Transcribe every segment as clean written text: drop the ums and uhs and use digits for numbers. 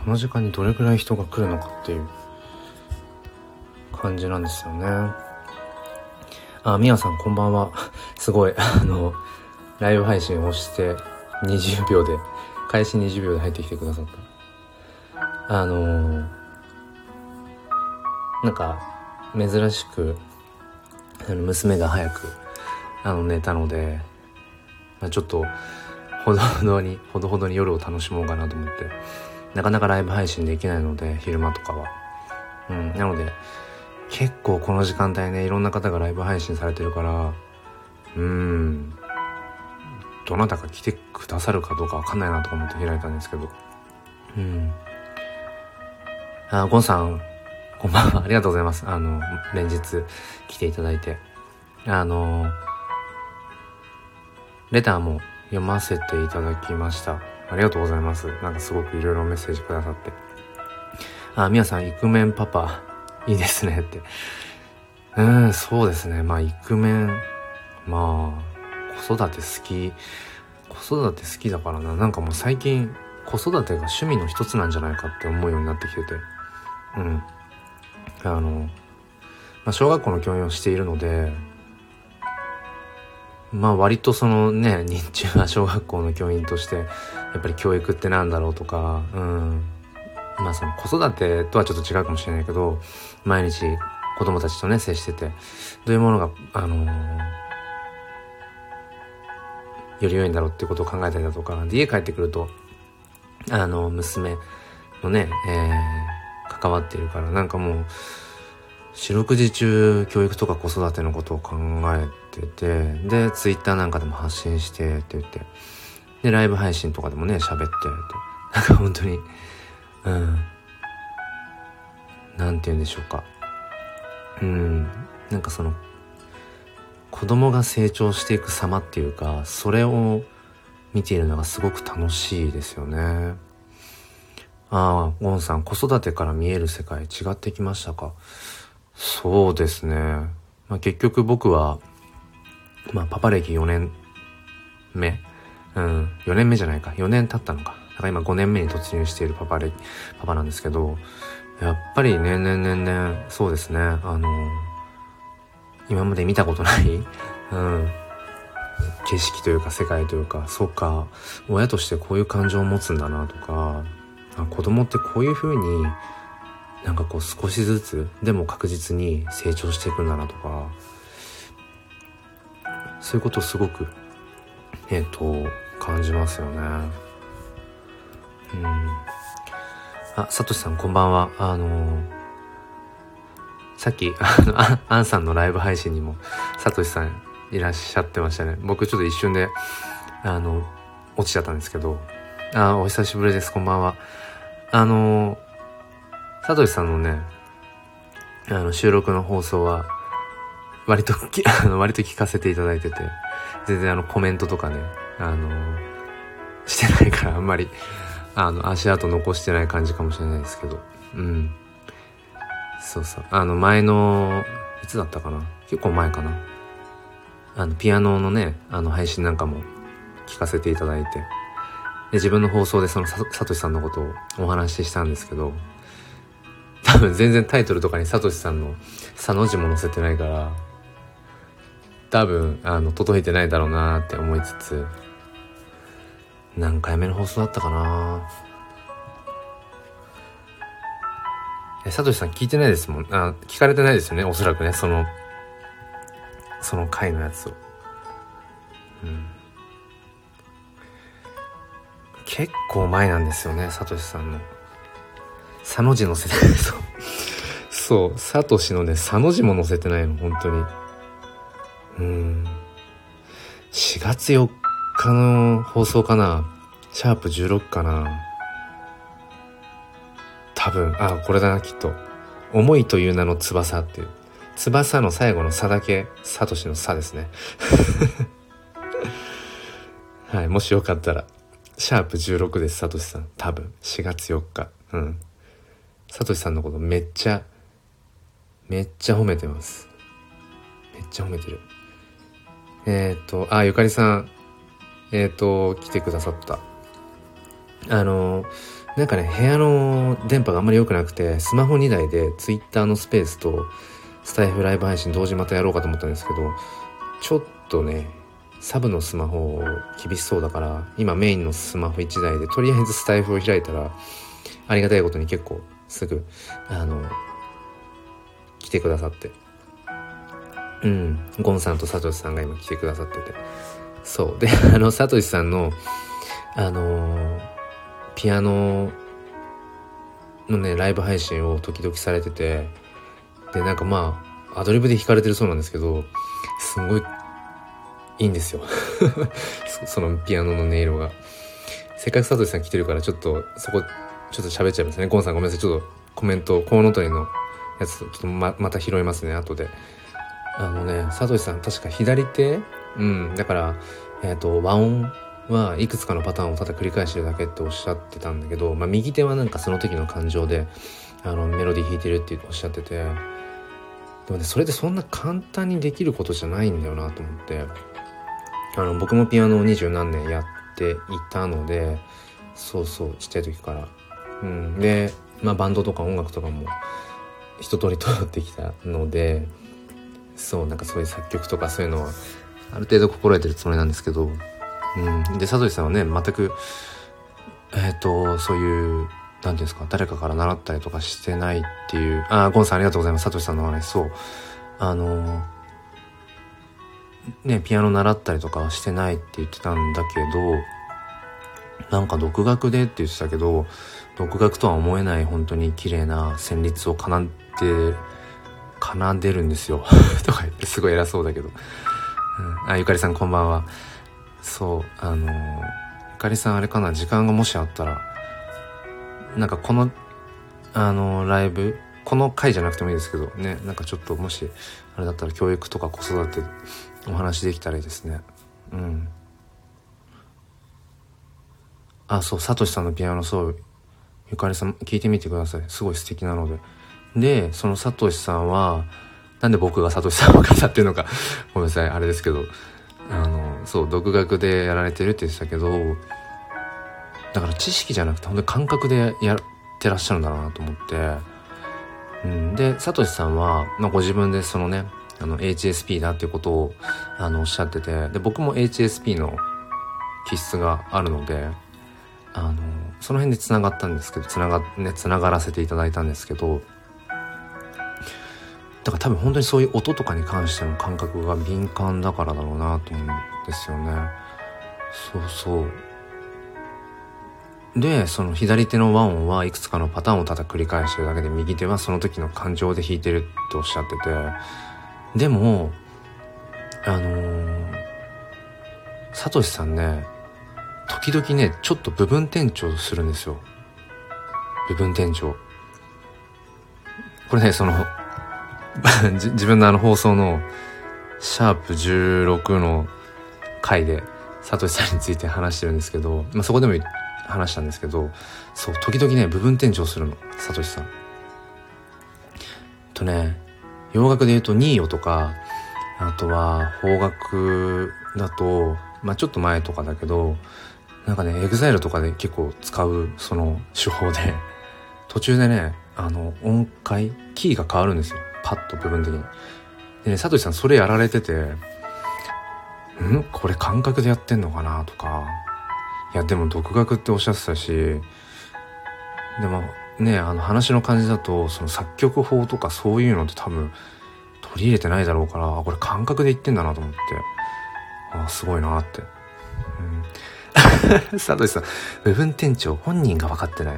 この時間にどれくらい人が来るのかっていう感じなんですよね。みやさんこんばんは。すごいライブ配信を押して20秒で開始20秒で入ってきてくださった。なんか珍しく娘が早く寝たので、ちょっとほどほどに夜を楽しもうかなと思って、なかなかライブ配信できないので昼間とかは、なので結構この時間帯ね、いろんな方がライブ配信されてるから、どなたか来てくださるかどうかわかんないなとか思って開いたんですけど、ゴンさんこんばんは、ありがとうございます。連日来ていただいて、レターも読ませていただきました。ありがとうございます。なんかすごくいろいろメッセージくださって、みやさんイクメンパパいいですねって。そうですね。イクメン、子育て好きだからな。なんかもう最近子育てが趣味の一つなんじゃないかって思うようになってきてて、小学校の教員をしているので、割とそのね、日中は小学校の教員としてやっぱり教育ってなんだろうとか、その子育てとはちょっと違うかもしれないけど、毎日子供たちとね接してて、どういうものがより良いんだろうっていうことを考えたりだとか、で家帰ってくると娘のね、関わっているから、なんかもう四六時中教育とか子育てのことを考えてて、でツイッターなんかでも発信してって言って、でライブ配信とかでもね喋ってって、なんか本当になんて言うんでしょうか、なんかその子供が成長していく様っていうか、それを見ているのがすごく楽しいですよね。ゴンさん、子育てから見える世界違ってきましたか？そうですね。結局僕はパパ歴4年目、4年目じゃないか、4年経ったのか。だから今5年目に突入しているパパなんですけど、やっぱり年々そうですね、今まで見たことない、景色というか世界というか、そうか、親としてこういう感情を持つんだなとか、子供ってこういう風になんかこう少しずつでも確実に成長していくんだなとか、そういうことをすごく感じますよね。さとしさんこんばんは。さっきアンさんのライブ配信にもさとしさんいらっしゃってましたね。僕ちょっと一瞬で落ちちゃったんですけど、お久しぶりです。こんばんは。さとしさんのね収録の放送は割と聞かせていただいてて、全然コメントとかねしてないから、あんまり足跡残してない感じかもしれないですけど、そう前のいつだったかな、結構前かな、ピアノのね配信なんかも聞かせていただいて、で自分の放送でそのさとしさんのことをお話ししたんですけど、多分全然タイトルとかにさとしさんのさの字も載せてないから、多分届いてないだろうなって思いつつ、何回目の放送だったかな。さとしさん聞いてないですもん。聞かれてないですよね、おそらくね、その回のやつを。結構前なんですよね、さとしさんのさの字載せてない。そうさとしのねさの字も載せてないの、本当に。4月4日の放送かな、シャープ16かな、多分。これだな、きっと。思いという名の翼っていう、翼の最後のさだけさとしのさですね。はい、もしよかったらシャープ16です。さとしさん、多分4月4日。さとしさんのことめっちゃ褒めてます。めっちゃ褒めてる。ゆかりさん来てくださった。 なんかね、部屋の電波があんまり良くなくて、スマホ2台で Twitter のスペースとスタイフライブ配信同時またやろうかと思ったんですけど、ちょっとね、サブのスマホ厳しそうだから、今メインのスマホ1台でとりあえずスタイフを開いたら、ありがたいことに結構すぐ来てくださって、ゴンさんとサトシさんが今来てくださってて、そうでサトシさんのピアノのねライブ配信を時々されてて、でなんかまあアドリブで弾かれてるそうなんですけど、すごいいいんですよそのピアノの音色が。せっかくサトシさん来てるから、ちょっとそこちょっと喋っちゃいますね。ゴンさんごめんなさい、ちょっとコメントコウノトリのやつちょっと また拾いますね後で。サトシさん確か左手だから和音はいくつかのパターンをただ繰り返してるだけっておっしゃってたんだけど、右手はなんかその時の感情でメロディー弾いてるっておっしゃってて、でもねそれでそんな簡単にできることじゃないんだよなと思って、僕もピアノを20何年やっていたので、そうちっちゃい時から、でバンドとか音楽とかも一通り通ってきたので、なんかそういう作曲とかそういうのはある程度心得てるつもりなんですけど、でサトシさんはね全くそういうなんていうんですか、誰かから習ったりとかしてないっていう。ゴンさんありがとうございます。サトシさんのお話。ピアノ習ったりとかはしてないって言ってたんだけど、なんか独学でって言ってたけど、独学とは思えない本当に綺麗な旋律を奏でるんですよとか言ってすごい偉そうだけど、ゆかりさんこんばんは。ゆかりさんあれかな、時間がもしあったらなんかこのライブ、この回じゃなくてもいいですけどね、なんかちょっともしあれだったら教育とか子育てお話できたらいいですね。サトシさんのピアノ、ゆかりさん聞いてみてください。すごい素敵なので。でそのサトシさんはなんで僕がサトシさんを語ってるのかごめんなさいあれですけど、独学でやられてるって言ってたけど、だから知識じゃなくて本当に感覚でやってらっしゃるんだなと思って、でサトシさんは、ご自分でそのねHSP だっていうことをおっしゃってて、で僕も HSP の気質があるのでその辺でつながったんですけど、つながらせていただいたんですけど、だから多分本当にそういう音とかに関しての感覚が敏感だからだろうなと思うんですよね。でその左手の和音はいくつかのパターンをただ繰り返してるだけで、右手はその時の感情で弾いてるっておっしゃってて、でもサトシさんね時々ねちょっと部分転調するんですよ。部分転調、これね自分の放送のシャープ16の回でサトシさんについて話してるんですけど、そこでも話したんですけど、時々ね部分転調するのサトシさん洋楽で言うとニーヨとか、あとは邦楽だとちょっと前とかだけど、なんかねエグザイルとかで結構使うその手法で、途中でね音階キーが変わるんですよ、パッと部分的に。でねサトシさんそれやられてて、これ感覚でやってんのかなとか、いやでも独学っておっしゃってたし、でもね話の感じだとその作曲法とかそういうのって多分取り入れてないだろうから、これ感覚で言ってんだなと思って、すごいなって。サトシさん部分転調本人が分かってない。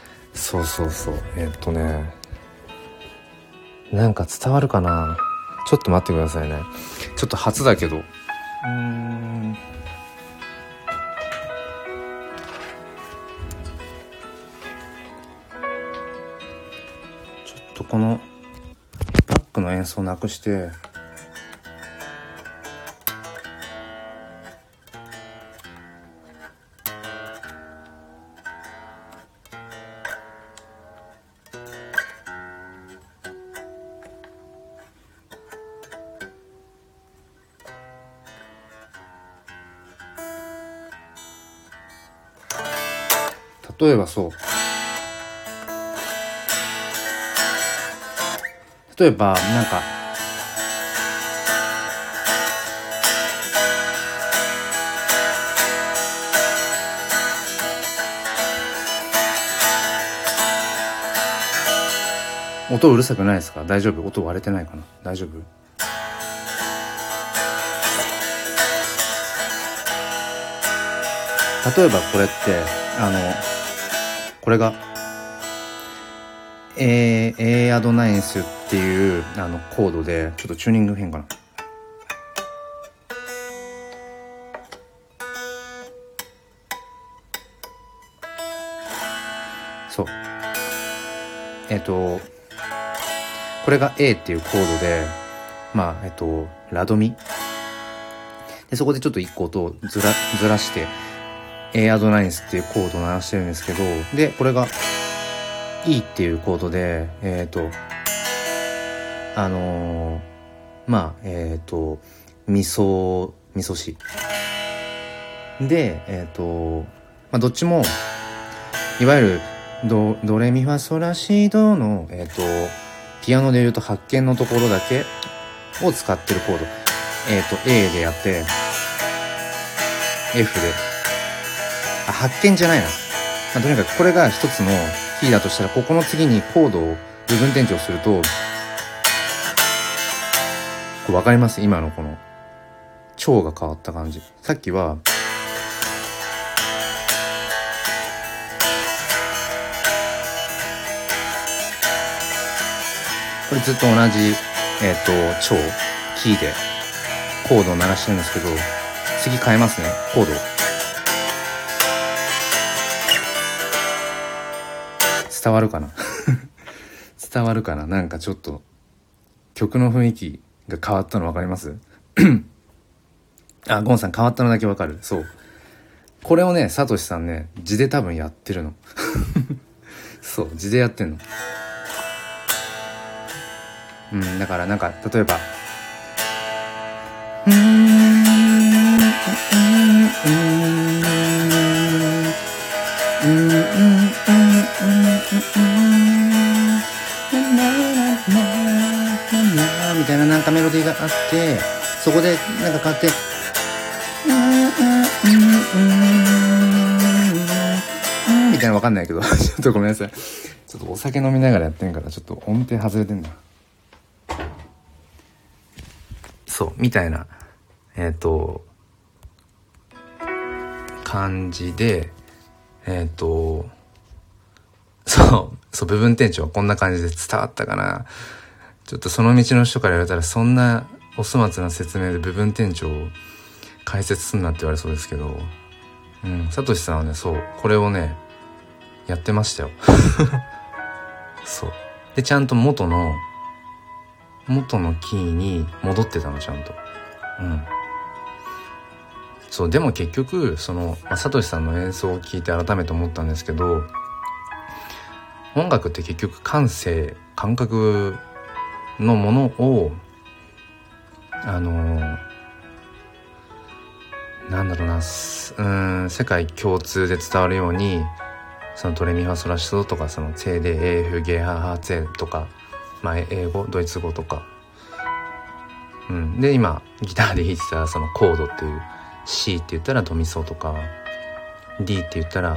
なんか伝わるかな、ちょっと待ってくださいね。ちょっと初だけど、ちょっとこのバックの演奏なくして、例えば例えばなんか音うるさくないですか？大丈夫？音割れてないかな？大丈夫？例えばこれってこれがAアドナインスっていうコードで、ちょっとチューニング変かな。そうこれが A っていうコードで、ラドミで、そこでちょっと一個音をずらして A アドナインスっていうコードを鳴らしてるんですけど、でこれが E っていうコードでミソシでどっちもいわゆるドレミファソラシドのピアノで言うと発見のところだけを使ってるコード、A でやって F で発見じゃないな、とにかくこれが一つのキーだとしたら、ここの次にコードを部分転調すると、これ分かります？今のこの調が変わった感じ。さっきはこれずっと同じ調キーでコードを鳴らしてるんですけど、次変えますね、コードを。伝わるかな伝わるかな。なんかちょっと曲の雰囲気が変わったの分かりますゴンさん変わったのだけ分かる。そう、これをね、サトシさんね、字で多分やってるのそう、字でやってんの。だからなんか例えばみたいななんかメロディーがあって、そこでなんか変わってみたいな、わかんないけどちょっとごめんなさい、ちょっとお酒飲みながらやってんからちょっと音程外れてんだ。そうみたいな感じでそう部分転調はこんな感じで伝わったかな。ちょっとその道の人から言われたら、そんなお粗末な説明で部分転調を解説すんなって言われそうですけど、サトシさんはね、そうこれをねやってましたよそうで、ちゃんと元のキーに戻ってたの、ちゃんと。そう、でも結局サトシさんの演奏を聞いて改めて思ったんですけど、音楽って結局感覚のものをなんだろうな、世界共通で伝わるように、そのドレミファソラシドとか、そのセーデ AF ゲハハツェとか、英語ドイツ語とか、で今ギターで弾いてたそのコードっていう C って言ったらドミソとか、 D って言ったら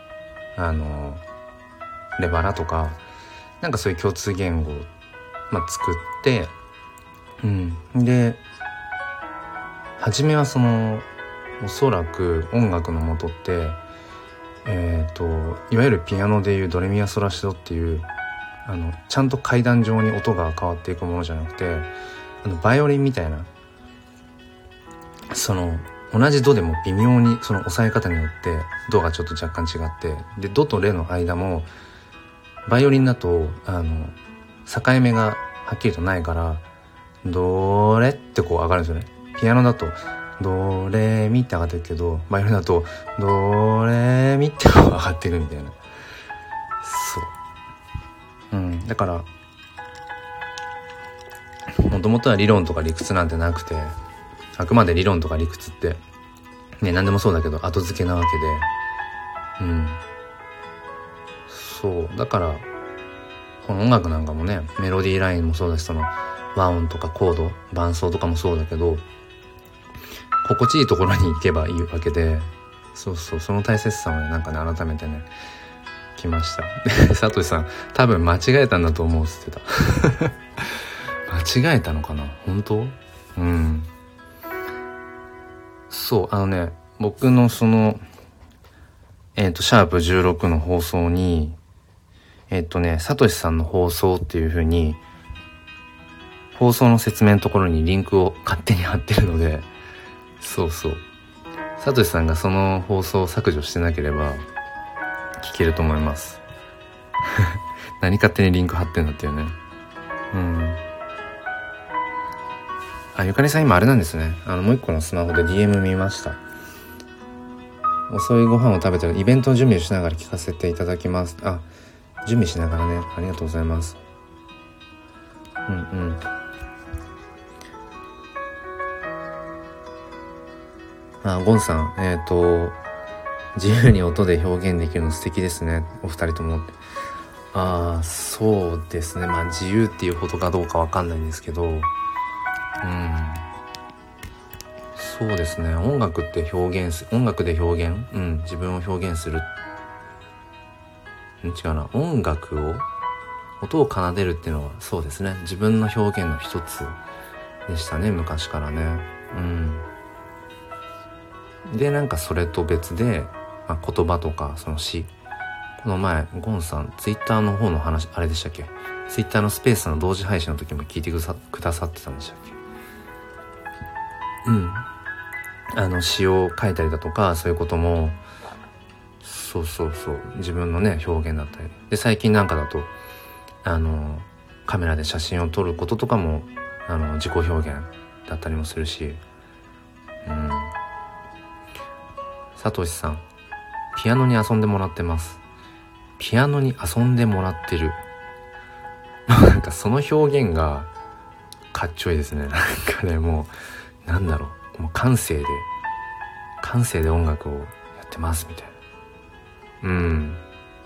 レバラとか、なんかそういう共通言語を、作って、で初めはおそらく音楽の元っていわゆるピアノでいうドレミアソラシドっていうちゃんと階段状に音が変わっていくものじゃなくて、バイオリンみたいな同じドでも微妙に押さえ方によってドがちょっと若干違って、でドとレの間もバイオリンだと境目がはっきりとないから、ドレってこう上がるんですよね。ピアノだとドレミって上がってるけど、バイオリンだとドレミってこう上がってるみたいな。そう、だからもともとは理論とか理屈なんてなくて、あくまで理論とか理屈ってね、何でもそうだけど後付けなわけで、そうだからこの音楽なんかもね、メロディーラインもそうだし、その和音とかコード、伴奏とかもそうだけど、心地いいところに行けばいいわけで、そうそう、その大切さをね、なんかね、改めてね、来ました。で、サトシさん、多分間違えたんだと思うって言ってた。間違えたのかな？本当？うん。そう、僕のその、シャープ16の放送に、サトシさんの放送っていう風に、放送の説明のところにリンクを勝手に貼ってるので、そうそう。サトシさんがその放送を削除してなければ、聞けると思います。何勝手にリンク貼ってんだっていうね。うん。あ、ゆかりさん今あれなんですね。もう一個のスマホで DM 見ました。遅いご飯を食べたらイベントの準備をしながら聞かせていただきます。あ、準備しながらね。ありがとうございます。うんうん。あ、ゴンさん、自由に音で表現できるの素敵ですね。お二人とも。ああ、そうですね。まあ自由っていうことかどうかわかんないんですけど、そうですね。音楽で表現、自分を表現する。違うな。音を奏でるっていうのはそうですね。自分の表現の一つでしたね。昔からね。で、なんかそれと別で、まあ、言葉とかその詩。この前、ゴンさん、ツイッターの方の話、あれでしたっけ？ツイッターのスペースの同時配信の時も聞いてくださってたんでしたっけ？詩を書いたりだとか、そういうことも、そう自分のね、表現だったり。で、最近なんかだと、カメラで写真を撮ることとかも、自己表現だったりもするし、サトシさん、ピアノに遊んでもらってます。ピアノに遊んでもらってる。なんかその表現がかっちょいいですね。なんかね、もう、なんだろう。もう感性で音楽をやってますみたいな。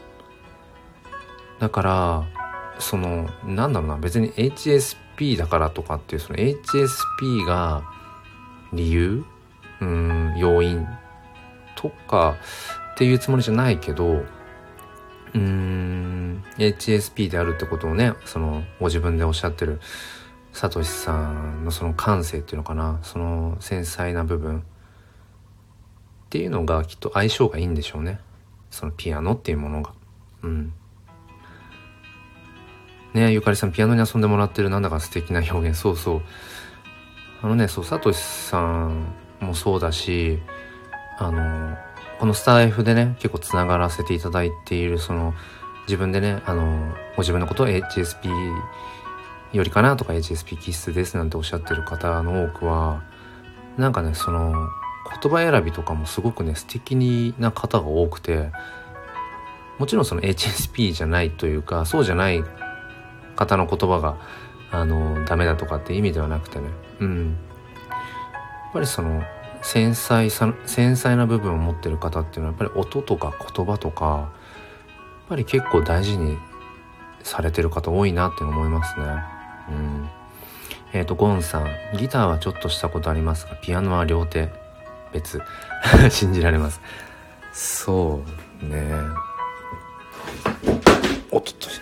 だから、なんだろうな、別に HSP だからとかっていう、その HSP が理由要因とかっていうつもりじゃないけど、HSP であるってことをね、ご自分でおっしゃってるサトシさんのその感性っていうのかな、その繊細な部分っていうのがきっと相性がいいんでしょうね。そのピアノっていうものが。ねえ、ゆかりさんピアノに遊んでもらってる、なんだか素敵な表現。そう。サトシさんもそうだし、このスタイフでね、結構つながらせていただいている、自分でね、ご自分のことを HSP よりかなとか HSP 気質ですなんておっしゃってる方の多くは、なんかね、言葉選びとかもすごくね、素敵な方が多くて、もちろんHSP じゃないというか、そうじゃない方の言葉が、ダメだとかって意味ではなくてね、やっぱり繊細な部分を持ってる方っていうのはやっぱり音とか言葉とかやっぱり結構大事にされてる方多いなって思いますね。ゴンさん、ギターはちょっとしたことありますがピアノは両手別。信じられます。そうね。おっとっと。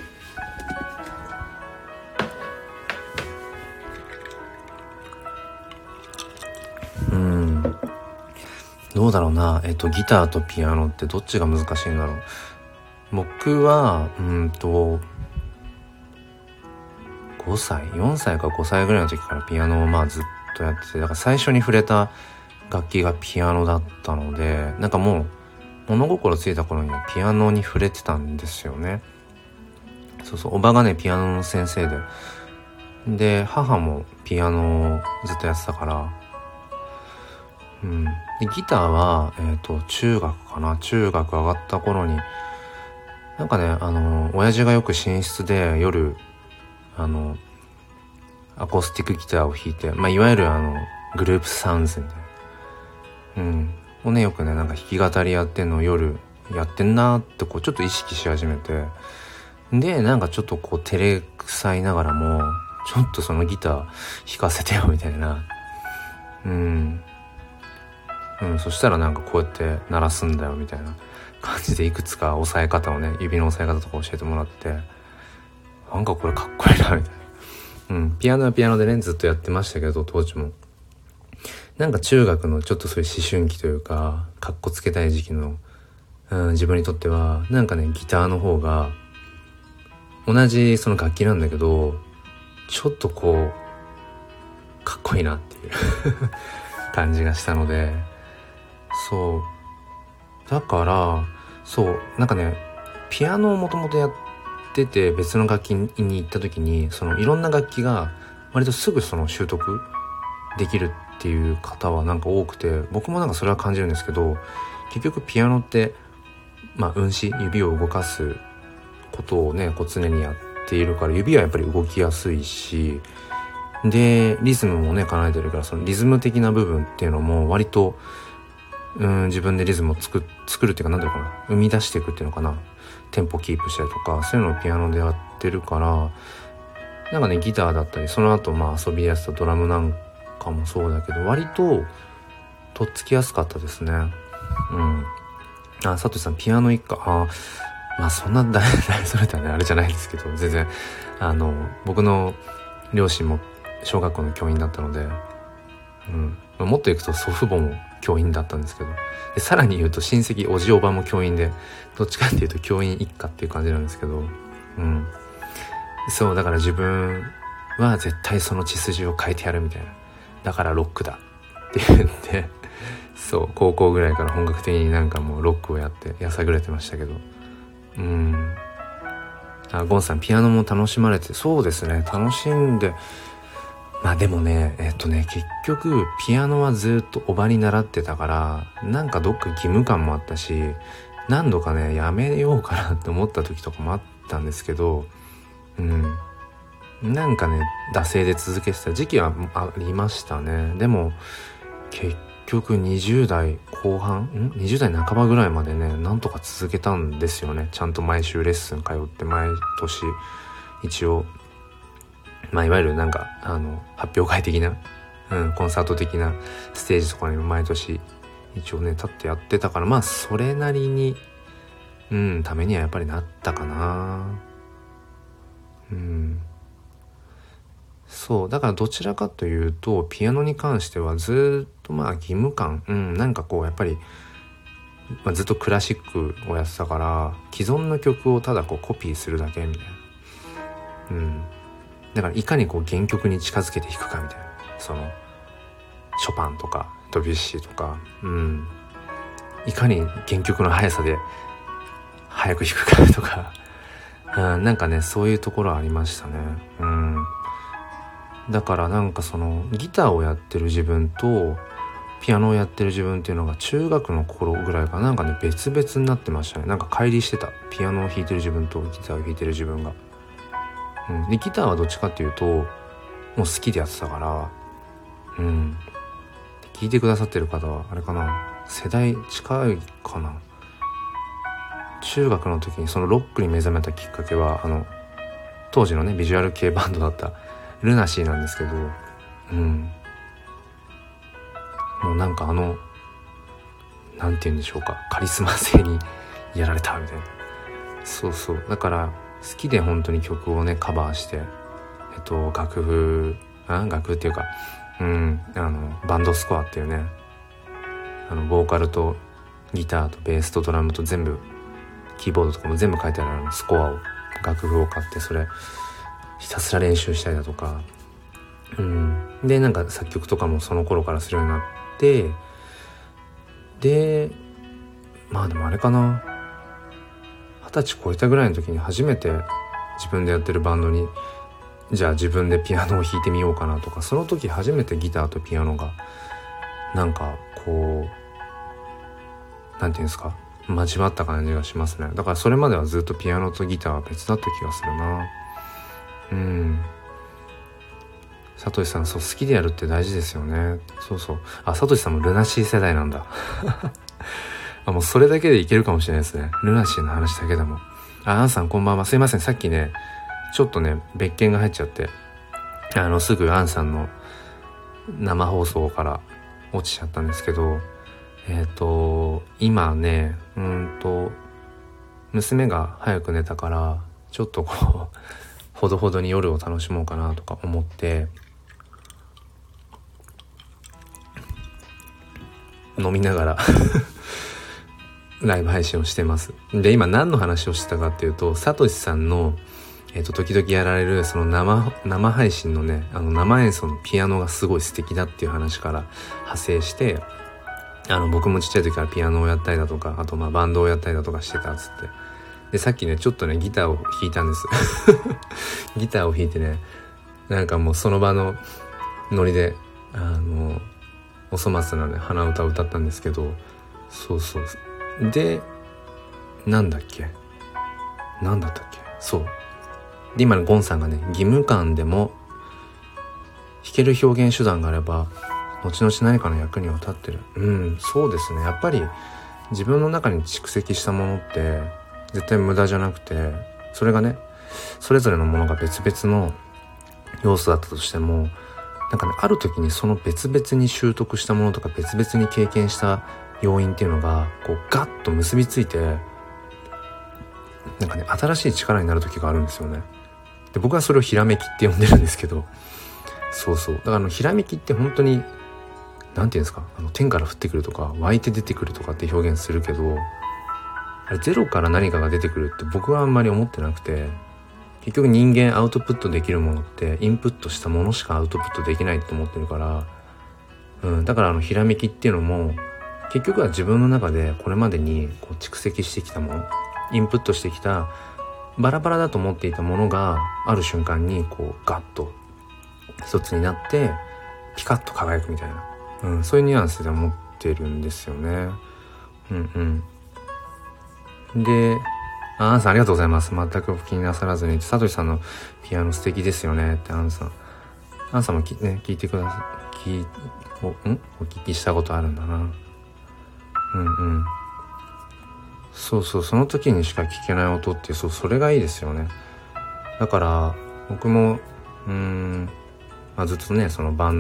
どうだろうな。ギターとピアノってどっちが難しいんだろう。僕は、4歳か5歳ぐらいの時からピアノをずっとやってて、だから最初に触れた楽器がピアノだったので、なんかもう物心ついた頃にはピアノに触れてたんですよね。おばがね、ピアノの先生で、母もピアノをずっとやってたから、でギターは、中学上がった頃に、なんかね、親父がよく寝室で夜、アコースティックギターを弾いて、いわゆるグループサウンズみたいな。をね、よくね、なんか弾き語りやってんのを夜やってんなーってちょっと意識し始めて、 でなんかちょっとこう照れくさいながらもちょっとそのギター弾かせてよみたいな、そしたらなんかこうやって鳴らすんだよみたいな感じでいくつか押さえ方をね、指の押さえ方とか教えてもらって、なんかこれかっこいいなみたいな。ピアノはピアノでねずっとやってましたけど、当時もなんか中学のちょっとそういう思春期というかかっこつけたい時期の、自分にとってはなんかねギターの方が同じその楽器なんだけどちょっとこうかっこいいなっていう感じがしたので、そうだからそうなんかねピアノをもともとやってて別の楽器に行った時にそのいろんな楽器が割とすぐその習得できるっていう方はなんか多くて、僕もなんかそれは感じるんですけど、結局ピアノって運指指を動かすことをねこう常にやっているから指はやっぱり動きやすいし、でリズムもね奏でてるからそのリズム的な部分っていうのも割と自分でリズムを作るっていうかなんだろうかな、生み出していくっていうのかな、テンポキープしたりとかそういうのをピアノでやってるから、なんかねギターだったりその後遊びやすさドラムなんかもそうだけど割ととっつきやすかったですね。佐藤さんピアノ一家、そんな大それたねあれじゃないですけど、全然僕の両親も小学校の教員だったので、もっといくと祖父母も教員だったんですけど、でさらに言うと親戚おじおばも教員で、どっちかっていうと教員一家っていう感じなんですけど、そうだから自分は絶対その血筋を変えてやるみたいな、だからロックだって言ってそう高校ぐらいから本格的になんかもうロックをやってやさぐれてましたけど、ゴンさんピアノも楽しまれて、そうですね楽しんで、でもね結局ピアノはずっとおばに習ってたからなんかどっか義務感もあったし、何度かねやめようかなって思った時とかもあったんですけど、なんかね惰性で続けてた時期はありましたね。でも結局20代後半20代半ばぐらいまでねなんとか続けたんですよね。ちゃんと毎週レッスン通って毎年一応いわゆるなんか発表会的な、コンサート的なステージとかに毎年一応ね立ってやってたから、それなりにためにはやっぱりなったかな。そうだからどちらかというとピアノに関してはずっと義務感、なんかこうやっぱり、ずっとクラシックをやってたから既存の曲をただこうコピーするだけみたいな、だからいかにこう原曲に近づけて弾くかみたいな、そのショパンとかドビュッシーとか、いかに原曲の速さで速く弾くかとか、なんかねそういうところありましたね。だからなんかそのギターをやってる自分とピアノをやってる自分っていうのが中学の頃ぐらいかなんかね別々になってましたね。なんか乖離してた、ピアノを弾いてる自分とギターを弾いてる自分が、でギターはどっちかっていうともう好きでやってたから、聞いてくださってる方はあれかな、世代近いかな。中学の時にそのロックに目覚めたきっかけは当時のねビジュアル系バンドだったルナシーなんですけど、もうなんかなんて言うんでしょうか、カリスマ性にやられたみたいな。そうだから好きで本当に曲をねカバーして楽譜っていうかバンドスコアっていうねボーカルとギターとベースとドラムと全部キーボードとかも全部書いてあるスコアを楽譜を買ってそれひたすら練習したりだとか、でなんか作曲とかもその頃からするようになって、ででもあれかな、20歳超えたぐらいの時に初めて自分でやってるバンドにじゃあ自分でピアノを弾いてみようかなとか、その時初めてギターとピアノがなんかこうなんていうんですか交わった感じがしますね。だからそれまではずっとピアノとギターは別だった気がするな。サトシさん好きでやるって大事ですよね。サトシさんもルナシー世代なんだもうそれだけでいけるかもしれないですね。ルナシーの話だけでもアンさんこんばんは。すいません。さっきね、ちょっとね、別件が入っちゃって、すぐアンさんの生放送から落ちちゃったんですけど、今ね、娘が早く寝たから、ちょっとこう、ほどほどに夜を楽しもうかなとか思って、飲みながらライブ配信をしてます。で、今何の話をしてたかっていうと、サトシさんの、時々やられるその生配信のね、生演奏のピアノがすごい素敵だっていう話から派生して、僕もちっちゃい時からピアノをやったりだとか、あとバンドをやったりだとかしてたっつって。で、さっきね、ちょっとね、ギターを弾いたんです。ギターを弾いてね、なんかもうその場のノリで、お粗末なね、鼻歌を歌ったんですけど、そう。で、なんだったっけそう。で、今のゴンさんがね、義務感でも弾ける表現手段があれば、後々何かの役には立ってる。そうですね。やっぱり自分の中に蓄積したものって絶対無駄じゃなくて、それがね、それぞれのものが別々の要素だったとしても、なんかね、ある時にその別々に習得したものとか別々に経験した要因っていうのがこうガッと結びついて、なんかね、新しい力になる時があるんですよね。で、僕はそれをひらめきって呼んでるんですけど、そうだからひらめきって本当になんていうんですか、天から降ってくるとか湧いて出てくるとかって表現するけど、あれゼロから何かが出てくるって僕はあんまり思ってなくて、結局人間アウトプットできるものってインプットしたものしかアウトプットできないって思ってるから、だからひらめきっていうのも結局は自分の中でこれまでにこう蓄積してきたもの、インプットしてきたバラバラだと思っていたものがある瞬間にこうガッと一つになってピカッと輝くみたいな、そういうニュアンスで思ってるんですよね。で、アンさんありがとうございます。全くお気になさらずに。サトシさんのピアノ素敵ですよねってアンさんも聞いてください。お聞きしたことあるんだな。その時にしか聞けない音ってそれがいいですよね。だから僕もずっとね、そのバン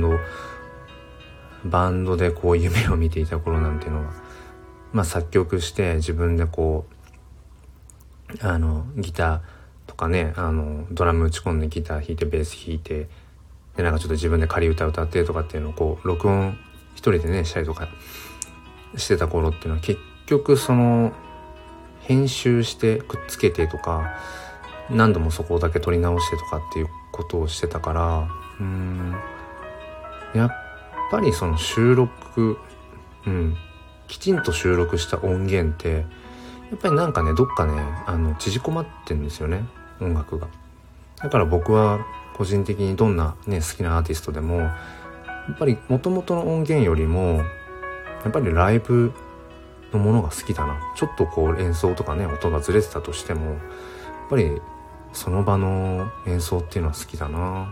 ドでこう夢を見ていた頃なんていうのは、作曲して自分でこうギターとかね、ドラム打ち込んでギター弾いてベース弾いて、でなんかちょっと自分で仮歌歌ってとかっていうのをこう録音一人でねしたりとかしてた頃っていうのは、結局その編集してくっつけてとか何度もそこだけ撮り直してとかっていうことをしてたから、やっぱりその収録、きちんと収録した音源ってやっぱりなんかね、どっかね縮こまってんですよね、音楽が。だから僕は個人的にどんなね好きなアーティストでもやっぱり元々の音源よりもやっぱりライブのものが好きだな。ちょっとこう演奏とかね音がずれてたとしてもやっぱりその場の演奏っていうのは好きだな。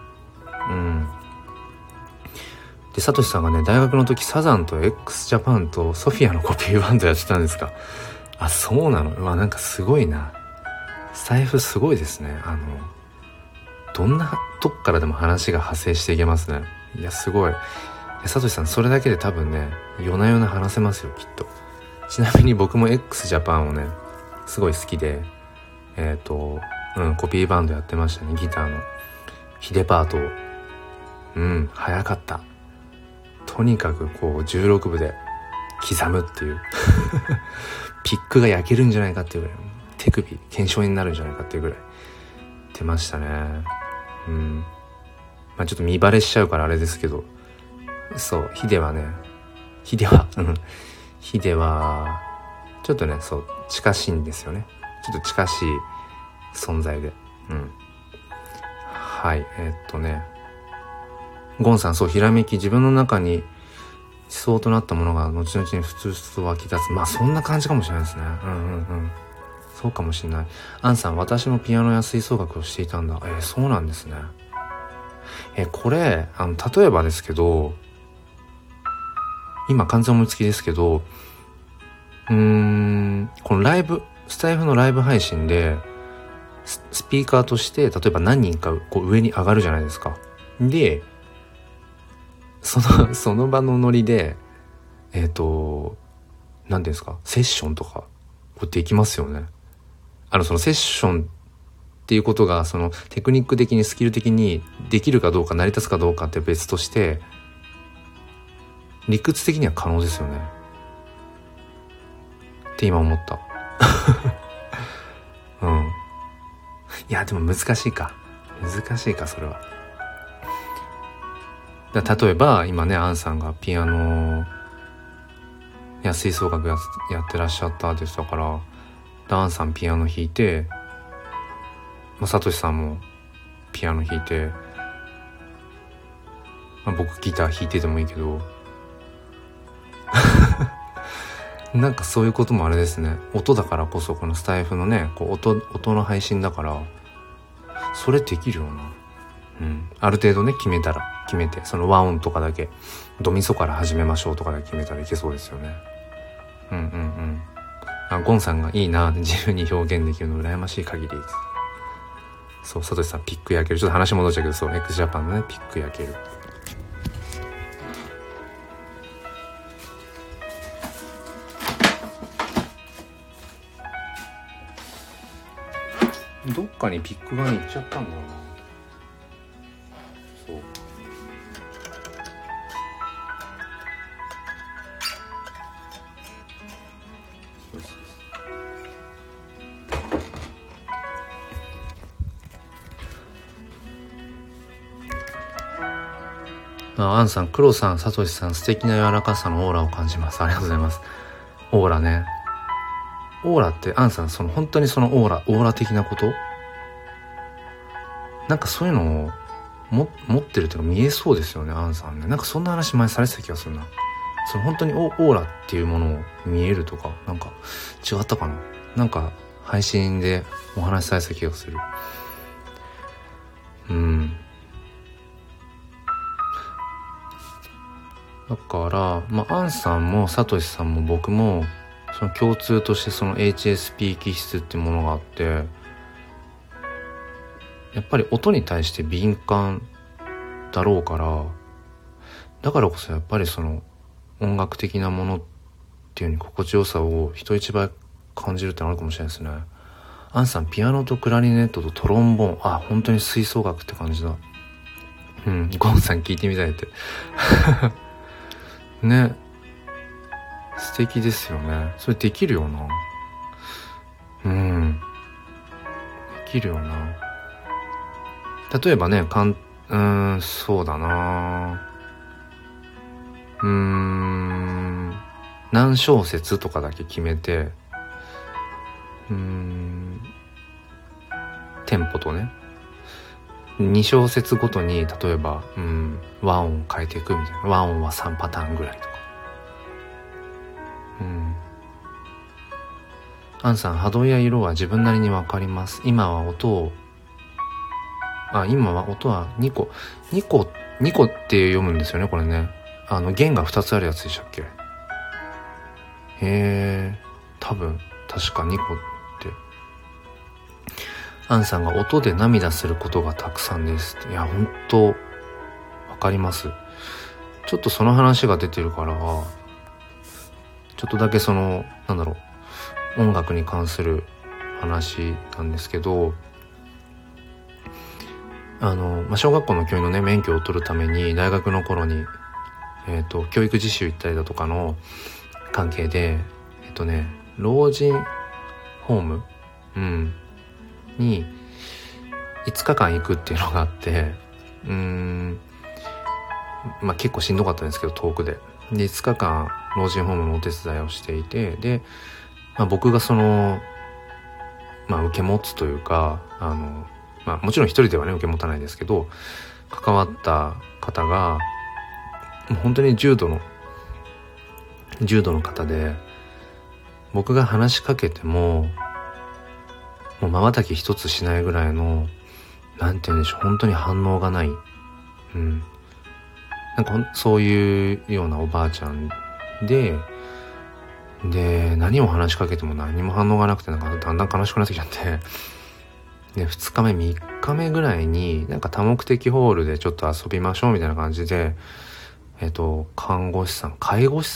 で、サトシさんがね、大学の時サザンと x ジャパンとソフィアのコピーバンドやってたんですか。あ、そうなの。なんかすごいな。スタイフすごいですね。どんなとこからでも話が派生していけますね。いや、すごい。サトシさん、それだけで多分ね、夜な夜な話せますよ、きっと。ちなみに僕も x ジャパンをね、すごい好きで、コピーバンドやってましたね。ギターのヒデパートを。早かった。とにかくこう16分で刻むっていうピックが焼けるんじゃないかっていうぐらい、手首腱鞘炎になるんじゃないかっていうぐらい出ましたね。ちょっと見バレしちゃうからあれですけど、ヒデはちょっとね、近しいんですよね。ちょっと近しい存在で。はい、ゴンさん、ひらめき、自分の中に思想となったものが後々にふつふつと湧き立つ。そんな感じかもしれないですね。そうかもしれない。アンさん、私もピアノや吹奏楽をしていたんだ。そうなんですね。これ例えばですけど、今完全思いつきですけど、このライブ、スタイフのライブ配信でスピーカーとして例えば何人かこう上に上がるじゃないですか。でその場のノリで何ていうんですか、セッションとかこうできますよね。そのセッションっていうことがそのテクニック的にスキル的にできるかどうか成り立つかどうかって別として理屈的には可能ですよねって今思ったうん。いやでも難しいかそれは。例えば今ねアンさんがピアノや吹奏楽やってらっしゃったでしたから、アンさんピアノ弾いて、サトシさんもピアノ弾いて、僕ギター弾いててもいいけどなんかそういうこともあれですね。音だからこそこのスタイフのねこう音の配信だからそれできるよな。ある程度ね決めてその和音とかだけドミソから始めましょうとかで決めたらいけそうですよね。ゴンさんがいいな自由に表現できるの羨ましい限りです。そう、サトシさんピック焼ける、ちょっと話戻っちゃうけど、そう x ジャパンのねピック焼ける。どっかにピックが行っちゃったんだよな。そうアンさん、クロさん、サトシさん、素敵な柔らかさのオーラを感じます。ありがとうございます。オーラね。オーラってアンさん、本当にそのオーラ的なことなんかそういうのを持ってるというか見えそうですよね、アンさんね。なんかそんな話前されてた気がするな。本当にオーラっていうものを見えるとか、なんか違ったかな。なんか配信でお話しされてた気がする。だからアンさんもサトシさんも僕もその共通としてその HSP 気質っていうものがあって、やっぱり音に対して敏感だろうから、だからこそやっぱりその音楽的なものっていうに心地よさを人一倍感じるってのあるかもしれないですね。アンさんピアノとクラリネットとトロンボーン、本当に吹奏楽って感じだ。ゴンさん聞いてみたいってね、素敵ですよね。それできるよな。できるよな。例えばね、そうだな。何小節とかだけ決めて、テンポとね、2小節ごとに例えば、和音を変えていくみたいな。和音は3パターンぐらいとか。アンさん、波動や色は自分なりにわかります。今は音は2個って読むんですよね、これね。弦が2つあるやつでしたっけ？多分確か2個って。アンさんが音で涙することがたくさんです。いや、本当わかります。ちょっとその話が出てるから、ちょっとだけ音楽に関する話なんですけど、小学校の教員のね免許を取るために大学の頃に教育実習行ったりだとかの関係で老人ホームに5日間行くっていうのがあって、結構しんどかったんですけど遠くで5日間老人ホームのお手伝いをしていて、で、僕が受け持つというかもちろん一人ではね受け持たないですけど、関わった方がもう本当に重度の方で、僕が話しかけてもう瞬き一つしないぐらいのなんて言うんでしょう、本当に反応がない、なんかそういうようなおばあちゃんで何を話しかけても何も反応がなくて、なんかだんだん悲しくなってきちゃって、 で、2日目、3日目ぐらいに、なんか多目的ホールでちょっと遊びましょうみたいな感じで、介護士さん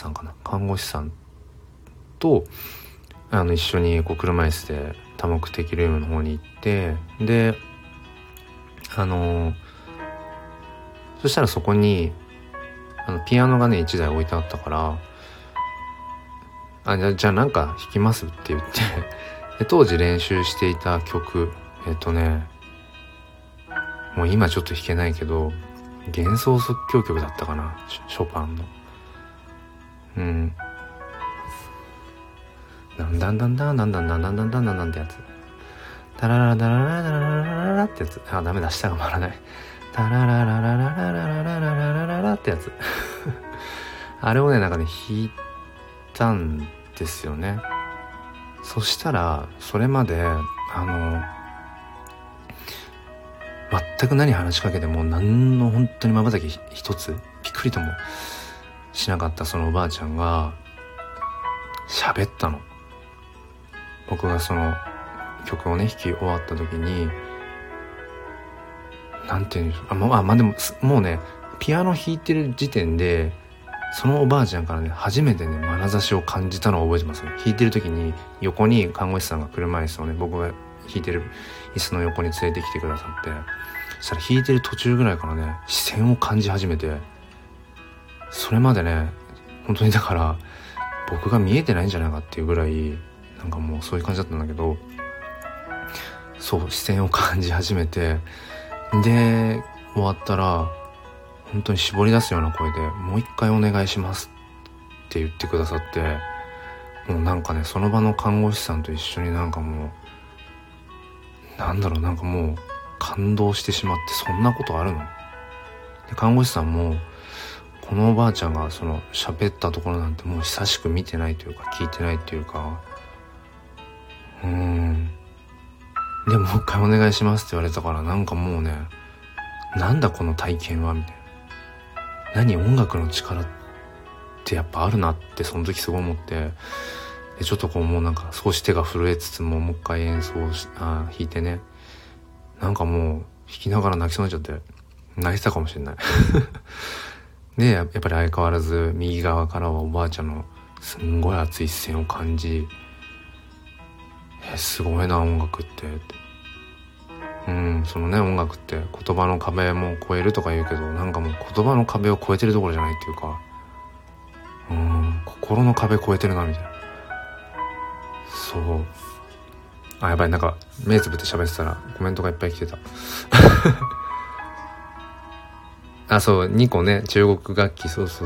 と、一緒にこう車椅子で多目的ルームの方に行って、で、そしたらそこに、ピアノがね、1台置いてあったから、じゃあなんか弾きますって言ってで、当時練習していた曲、もう今ちょっと弾けないけど、幻想即興曲だったかな、ショパンの。なんだんだんだんだんだんだんだんだんだんだんだんってやつ。タララララララララララってやつ。ダメだ、舌が回らない。タラララララララララララララってやつ。あれをね、なんかね、弾いたんですよね。そしたら、それまで、全く何話しかけても何の本当に瞬き一つびっくりともしなかったそのおばあちゃんが喋ったの。僕がその曲をね弾き終わった時に、なんていうんでしょう、でももうね、ピアノ弾いてる時点でそのおばあちゃんからね初めてね眼差しを感じたのを覚えてますね。弾いてる時に横に看護師さんが車椅子をね、僕が弾いてる椅子の横に連れてきてくださって、そしたら弾いてる途中ぐらいからね視線を感じ始めて、それまでね本当にだから僕が見えてないんじゃないかっていうぐらい、なんかもうそういう感じだったんだけど、そう視線を感じ始めて、で終わったら本当に絞り出すような声でもう一回お願いしますって言ってくださって、もうなんかねその場の看護師さんと一緒になんかもうなんかもう感動してしまって、そんなことあるの？で看護師さんもこのおばあちゃんがその喋ったところなんてもう久しく見てないというか聞いてないというか、でもう一回お願いしますって言われたから、なんかもうね、なんだこの体験はみたいな、何音楽の力ってやっぱあるなってその時すごい思って、でちょっとこうもうなんか少し手が震えつつもう一回弾いてね、なんかもう弾きながら泣きそうになっちゃって泣いてたかもしれないでやっぱり相変わらず右側からはおばあちゃんのすんごい熱い視線を感じ、すごいな音楽って。そのね音楽って言葉の壁も越えるとか言うけど、なんかもう言葉の壁を越えてるところじゃないっていうか、心の壁越えてるなみたいな。そう、やばい、なんか目つぶって喋ってたらコメントがいっぱい来てたそう、2個ね、中国楽器、そう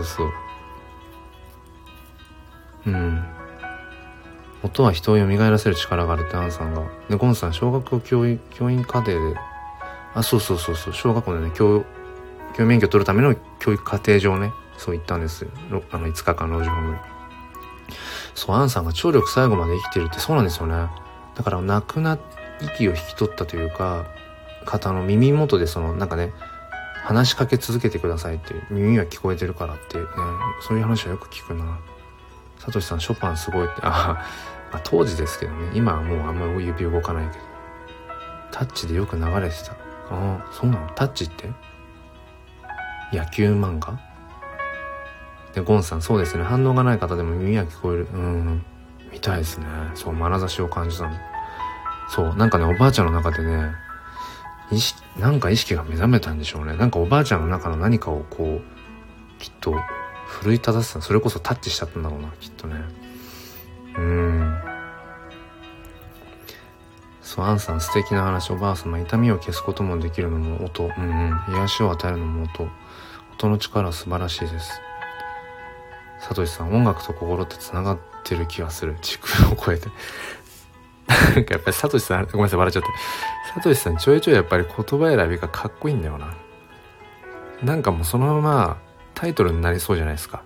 音は人を蘇らせる力があるってアンさんが。で、ゴンさん、小学校教員課程で、そう、小学校でね、教員免許取るための教育課程上ね、そう言ったんですよ。5日間老人ホームに。そう、アンさんが聴力最後まで生きてるって、そうなんですよね。だから亡くな息を引き取ったというか、方の耳元でなんかね、話しかけ続けてくださいっていう、耳は聞こえてるからってね、そういう話はよく聞くな。サトシさん、ショパンすごいって、当時ですけどね、今はもうあんまり指動かないけど、タッチでよく流れてた。そうなの？タッチって野球漫画で、ゴンさん、そうですね、反応がない方でも耳は聞こえる。みたいですね。そう、眼差しを感じたの。そう、なんかね、おばあちゃんの中でね、なんか意識が目覚めたんでしょうね。なんかおばあちゃんの中の何かをこうきっと奮い立たせた、それこそタッチしちゃったんだろうな、きっとね。そう、アンさん、素敵な話。おばあ様、痛みを消すこともできるのも音、癒しを与えるのも音の力は素晴らしいです。サトシさん、音楽と心ってつながってる気がする、時空を超えてなんかやっぱりサトシさん、ごめんなさい、笑っちゃって、サトシさんちょいちょいやっぱり言葉選びがかっこいいんだよな。なんかもうそのままタイトルになりそうじゃないですか。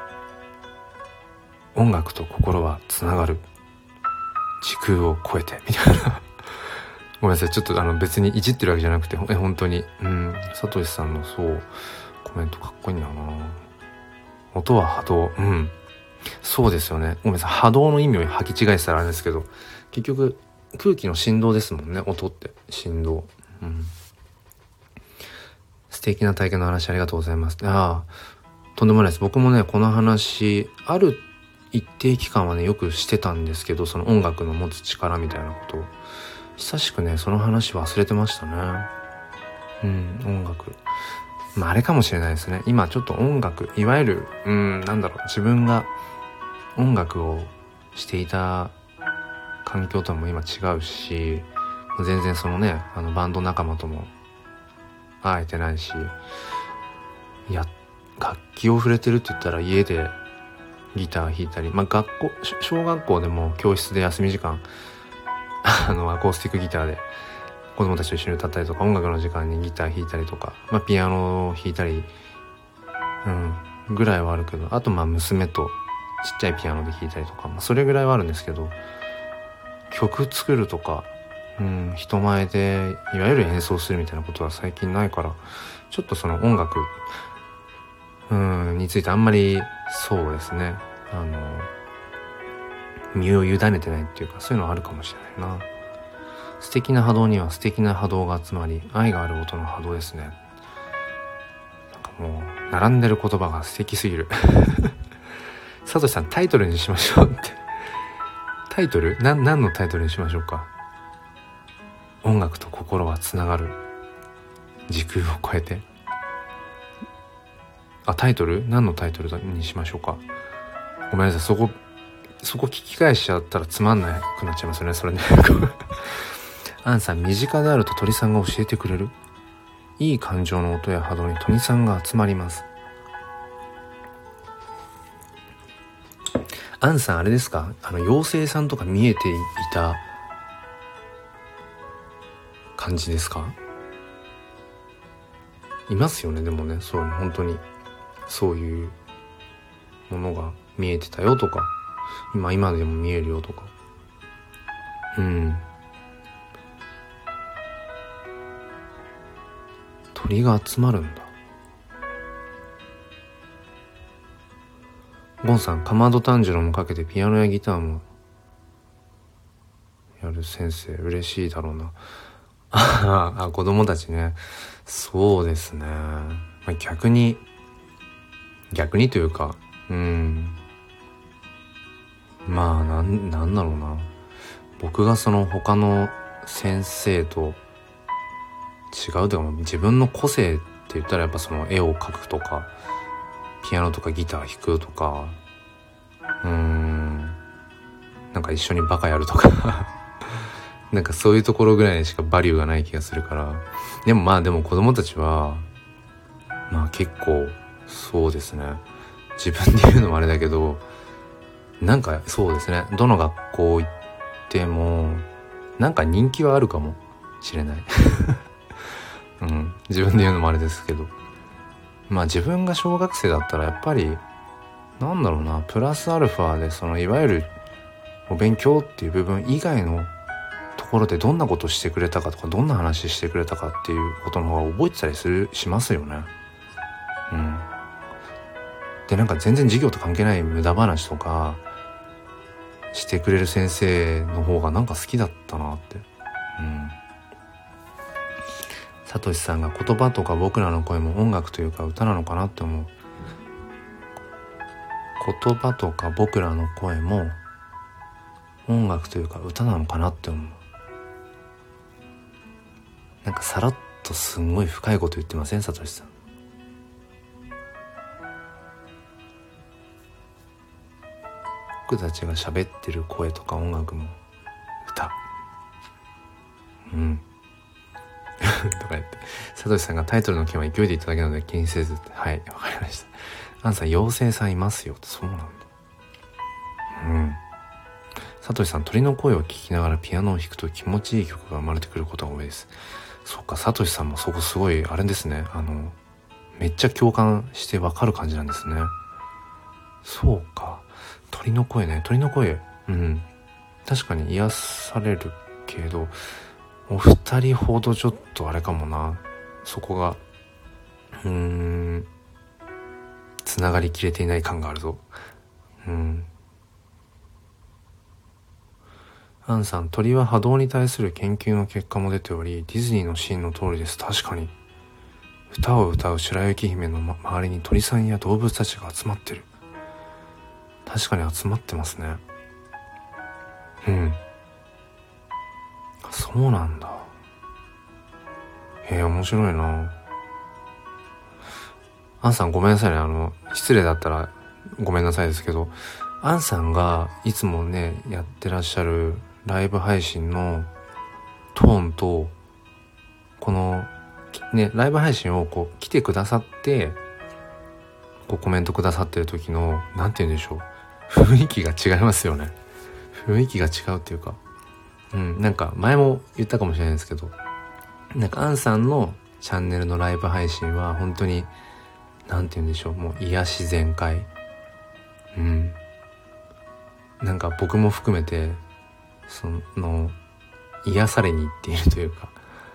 音楽と心はつながる、時空を超えてみたいなごめんなさい、ちょっと別にいじってるわけじゃなくて、本当にサトシさんのそうコメントかっこいいんだよな。音は波動、そうですよね。ごめんなさい、波動の意味を履き違えてたらあれですけど、結局空気の振動ですもんね。音って振動。素敵な体験の話ありがとうございます。とんでもないです。僕もね、この話ある一定期間はねよくしてたんですけど、その音楽の持つ力みたいなことを久しくねその話忘れてましたね。音楽、あれかもしれないですね。今ちょっと音楽、いわゆる自分が音楽をしていた環境とも今違うし、全然そのねバンド仲間とも会えてないし、楽器を触れてるって言ったら家でギター弾いたり、小学校でも教室で休み時間アコースティックギターで子供たちと一緒に歌ったりとか、音楽の時間にギター弾いたりとか、ピアノを弾いたりぐらいはあるけど、あと娘とちっちゃいピアノで弾いたりとか、それぐらいはあるんですけど、曲作るとか人前でいわゆる演奏するみたいなことは最近ないから、ちょっとその音楽についてあんまりそうですね身を委ねてないっていうか、そういうのはあるかもしれないな。素敵な波動には素敵な波動が集まり、愛がある音の波動ですね。もう並んでる言葉が素敵すぎるサトシさん、タイトルにしましょうってタイトル何のタイトルにしましょうか。音楽と心はつながる、時空を超えて。タイトル何のタイトルにしましょうか。ごめんなさい、そこ聞き返しちゃったらつまんなくなっちゃいますよね、それねアンさん、身近であると鳥さんが教えてくれる。いい感情の音や波動に鳥さんが集まります。アンさん、あれですか、妖精さんとか見えていた感じですか。いますよね、でもね、そう本当にそういうものが見えてたよとか、今でも見えるよとか。鳥が集まるんだ。ゴンさん、かまど炭治郎もかけてピアノやギターもやる先生嬉しいだろうな子供たちね。そうですね、逆にというかなんだろうな、僕がその他の先生と違うというか、自分の個性って言ったらやっぱその絵を描くとかピアノとかギター弾くとかなんか一緒にバカやるとかなんかそういうところぐらいしかバリューがない気がするから。でも子供たちは結構そうですね、自分で言うのもあれだけど、なんかそうですね、どの学校行ってもなんか人気はあるかもしれない自分で言うのもあれですけど、自分が小学生だったらやっぱりなんだろうな、プラスアルファでそのいわゆるお勉強っていう部分以外のところでどんなことしてくれたかとか、どんな話してくれたかっていうことの方が覚えてたりしますよね。でなんか全然授業と関係ない無駄話とかしてくれる先生の方がなんか好きだったなって。サトシさんが、言葉とか僕らの声も音楽というか歌なのかなって思う。言葉とか僕らの声も音楽というか歌なのかなって思う。なんかさらっとすんごい深いこと言ってません、サトシさん。僕たちが喋ってる声とか音楽も歌とか言って、サトシさんがタイトルの件は勢いで言っただけなので気にせずって。はい、わかりました。アンさん、妖精さんいますよって。そうなんだ。サトシさん、鳥の声を聞きながらピアノを弾くと気持ちいい曲が生まれてくることが多いです。そっか、サトシさんもそこすごいあれですね、めっちゃ共感してわかる感じなんですね。そうか、鳥の声ね、鳥の声確かに癒されるけど、お二人ほどちょっとあれかもな、そこがつながりきれていない感があるぞ。 アンさん、鳥は波動に対する研究の結果も出ており、ディズニーのシーンの通りです。確かに。歌を歌う白雪姫の、周りに鳥さんや動物たちが集まってる。確かに集まってますね。うん。そうなんだ。面白いな。アンさんごめんなさいね。失礼だったらごめんなさいですけど、アンさんがいつもね、やってらっしゃるライブ配信のトーンと、この、ね、ライブ配信をこう来てくださって、こうコメントくださってる時の、なんて言うんでしょう。雰囲気が違いますよね。雰囲気が違うっていうか。なんか前も言ったかもしれないですけど、なんかアンさんのチャンネルのライブ配信は本当に、なんて言うんでしょう。もう癒し全開。なんか僕も含めて、癒されに行っているというか、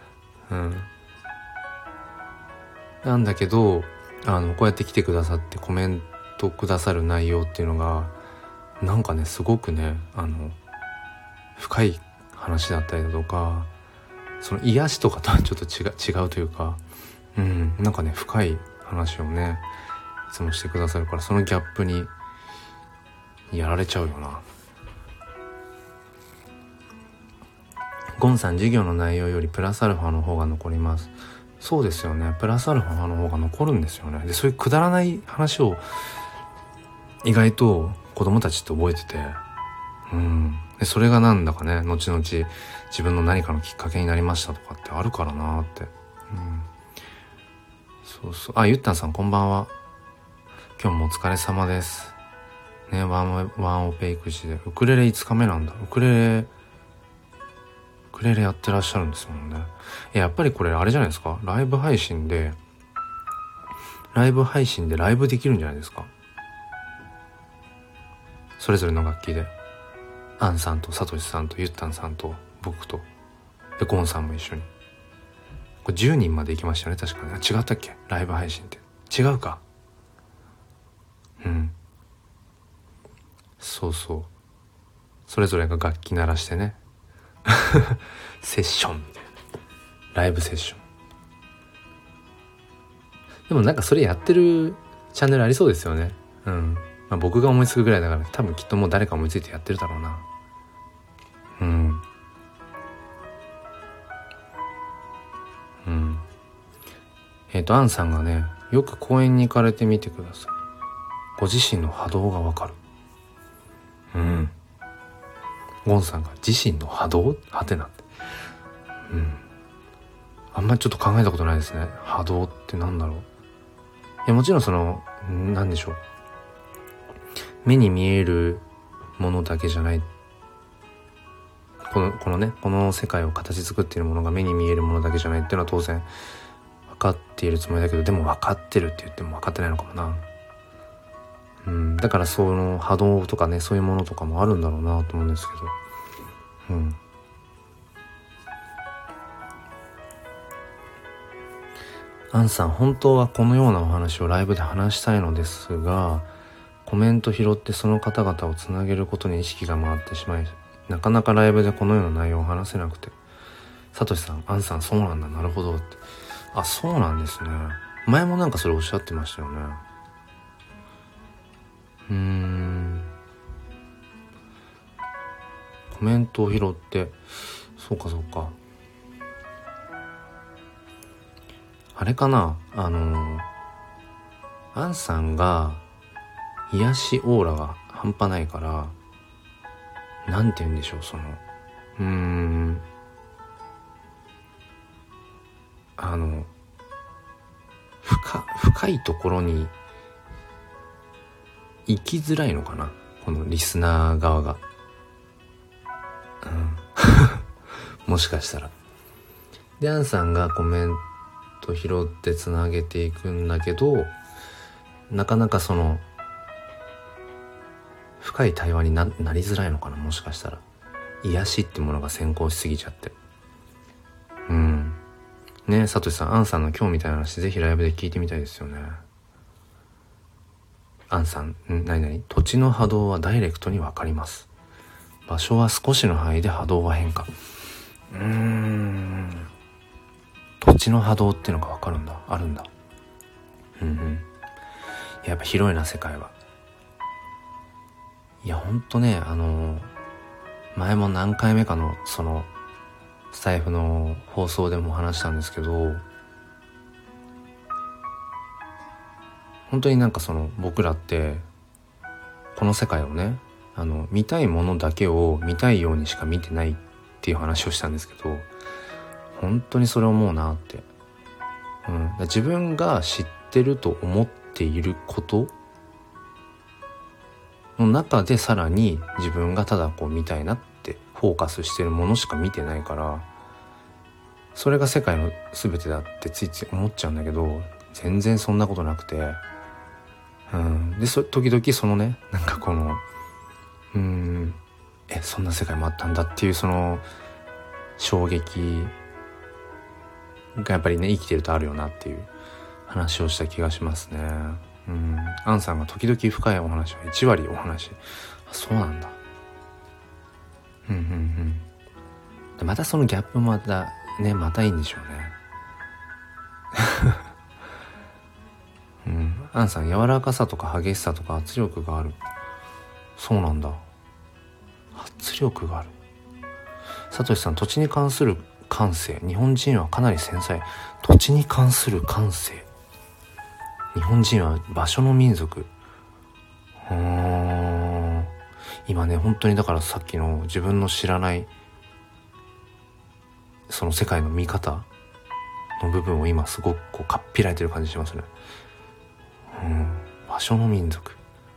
なんだけど、こうやって来てくださってコメントくださる内容っていうのが、なんかね、すごくね、深い話だったりだとか、その癒しとかとはちょっと違うというか、なんかね、深い話をね、いつもしてくださるから、そのギャップにやられちゃうよな。ゴンさん、授業の内容よりプラスアルファの方が残ります。そうですよね。プラスアルファの方が残るんですよね。で、そういうくだらない話を意外と子供たちって覚えてて、でそれがなんだかね、後々自分の何かのきっかけになりましたとかってあるからなーって。そうそう。あ、ゆったんさんこんばんは。今日もお疲れ様です。ね、ワンオペ育児で。ウクレレ5日目なんだ。ウクレレやってらっしゃるんですもんね。やっぱりこれあれじゃないですか。ライブ配信でライブできるんじゃないですか。それぞれの楽器で。アンさんとサトシさんとゆったんさんと僕とでゴンさんも一緒に。これ10人まで行きましたよね、確かに。違ったっけ、ライブ配信って。違うか。そうそう。それぞれが楽器鳴らしてね。セッションみたいな。ライブセッション。でもなんかそれやってるチャンネルありそうですよね。僕が思いつくぐらいだから、多分きっともう誰か思いついてやってるだろうな。アンさんがね、よく公園に行かれてみてください。ご自身の波動がわかる。ゴンさんが自身の波動？はてなって。あんまりちょっと考えたことないですね。波動ってなんだろう。いや、もちろんなんでしょう。目に見えるものだけじゃない。この世界を形作っているものが目に見えるものだけじゃないっていうのは当然分かっているつもりだけど、でも分かってるって言っても分かってないのかもな。だからその波動とかね、そういうものとかもあるんだろうなと思うんですけど。アンさん、本当はこのようなお話をライブで話したいのですが、コメント拾ってその方々をつなげることに意識が回ってしまい、なかなかライブでこのような内容を話せなくて。サトシさん、アンさんそうなんだ、なるほどって。あ、そうなんですね。前もなんかそれおっしゃってましたよね。コメントを拾って、そうか。あれかな、アンさんが癒しオーラが半端ないから、なんて言うんでしょう、深いところに行きづらいのかな、このリスナー側が。もしかしたら。で、アンさんがコメント拾ってつなげていくんだけど、なかなかその深い対話に なりづらいのかな、もしかしたら。癒しってものが先行しすぎちゃって。ねえ、サトシさん、アンさんの今日みたいな話ぜひライブで聞いてみたいですよね。アンさん、何土地の波動はダイレクトにわかります。 場所は少しの範囲で波動が変化。土地の波動っていうのが分かるんだ、あるんだ。やっぱ広いな、世界は。いやほんとね、前も何回目かのそのスタイフの放送でも話したんですけど、本当になんかその僕らってこの世界をね、見たいものだけを見たいようにしか見てないっていう話をしたんですけど、本当にそれ思うなって。自分が知ってると思っていることの中でさらに自分がただこう見たいなってフォーカスしてるものしか見てないから、それが世界の全てだってついつい思っちゃうんだけど、全然そんなことなくて、で時々そのね、なんかこのそんな世界もあったんだっていうその衝撃がやっぱりね、生きてるとあるよなっていう話をした気がしますね。アンさんが時々深いお話は1割お話。そうなんだ。でまたそのギャップもまたね、またいいんでしょうね。アンさん、柔らかさとか激しさとか圧力がある。そうなんだ。圧力がある。サトシさん、土地に関する感性。日本人はかなり繊細。土地に関する感性。日本人は場所の民族。今ね、本当にだからさっきの自分の知らないその世界の見方の部分を今すごくこうかっぴらいてる感じしますね。場所の民族。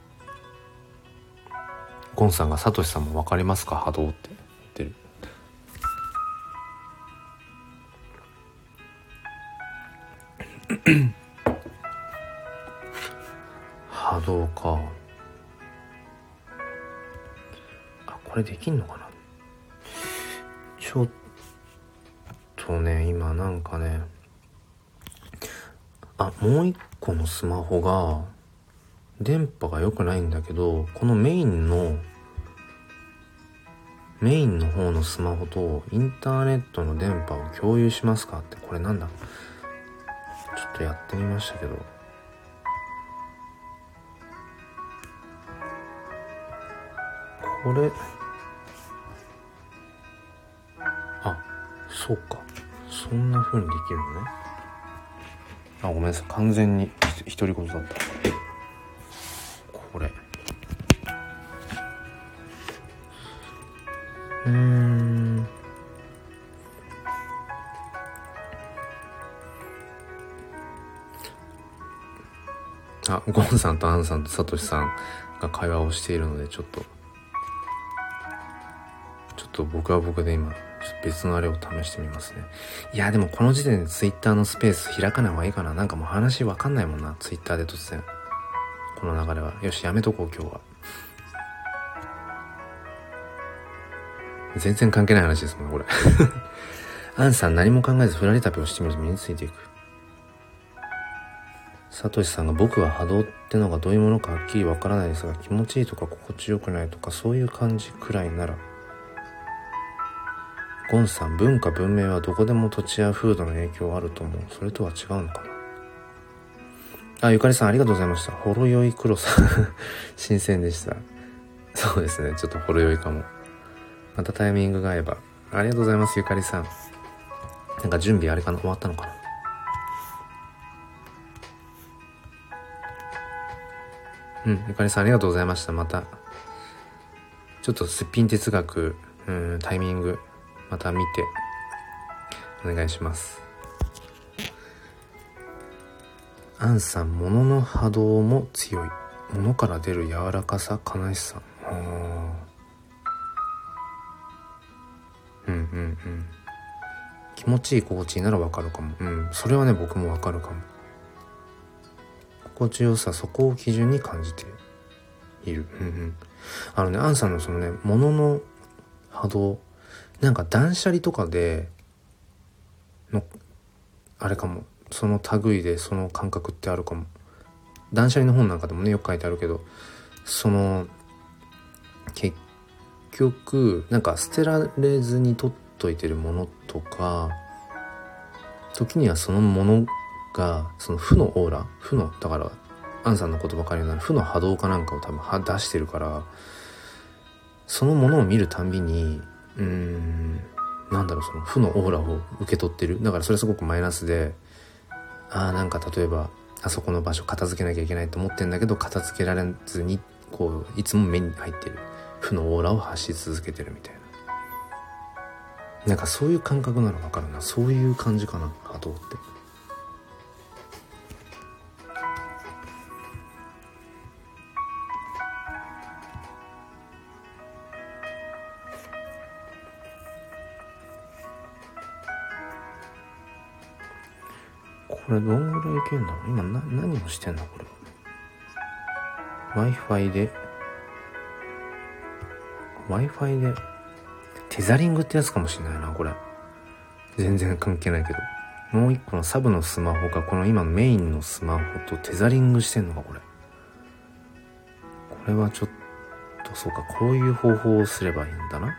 ゴンさんがサトシさんも分かりますか、波動って言ってる。波動か。これできんのかな。ちょっとね、今なんかね、もう一個のスマホが電波が良くないんだけど、このメインの方のスマホとインターネットの電波を共有しますかって、これなんだ、ちょっとやってみましたけど、これそうか、そんな風にできるのね。ごめんなさい、完全に独り言だった。これゴンさんとアンさんとサトシさんが会話をしているので、ちょっと僕は僕で今別のあれを試してみますね。いやでもこの時点でツイッターのスペース開かない方がいいかな。なんかもう話わかんないもんな、ツイッターで突然この流れは。よし、やめとこう今日は。全然関係ない話ですもんこれ。アンさん、何も考えずフラリ旅をしてみると身についていく。サトシさんが、僕は波動ってのがどういうものかはっきりわからないですが、気持ちいいとか心地よくないとかそういう感じくらいなら。ゴンさん、文化文明はどこでも土地や風土の影響あると思う。それとは違うのかな。ゆかりさん、ありがとうございました。ほろ酔い黒さん新鮮でした。そうですね、ちょっとほろ酔いかも。またタイミングが合えば。ありがとうございます、ゆかりさん。なんか準備あれかな、終わったのかな。ゆかりさん、ありがとうございました。またちょっとすっぴん哲学タイミングまた見てお願いします。アンさん、物の波動も強い。物から出る柔らかさ、悲しさ。気持ちいい心地いいならわかるかも。それはね、僕もわかるかも。心地よさ、そこを基準に感じている。アンさんのそのね、物の波動、なんか断捨離とかでのあれかも。その類でその感覚ってあるかも。断捨離の本なんかでもね、よく書いてあるけど、その結局なんか捨てられずに取っといてるものとか、時にはそのものがその負のオーラ、だからアンさんの言葉から言うなら負の波動かなんかを多分出してるから、そのものを見るたんびになんだろう、その負のオーラを受け取ってる。だからそれすごくマイナスで、なんか例えばあそこの場所片付けなきゃいけないと思ってんだけど、片付けられずにこういつも目に入ってる負のオーラを発し続けてるみたいな、なんかそういう感覚なの分かるな。そういう感じかな、波動って。これどんぐらいいけんだろう。今何をしてんだこれ。Wi-Fi でテザリングってやつかもしれないな、これ。全然関係ないけど、もう一個のサブのスマホがこの今のメインのスマホとテザリングしてんのか、これはちょっと、そうか、こういう方法をすればいいんだな。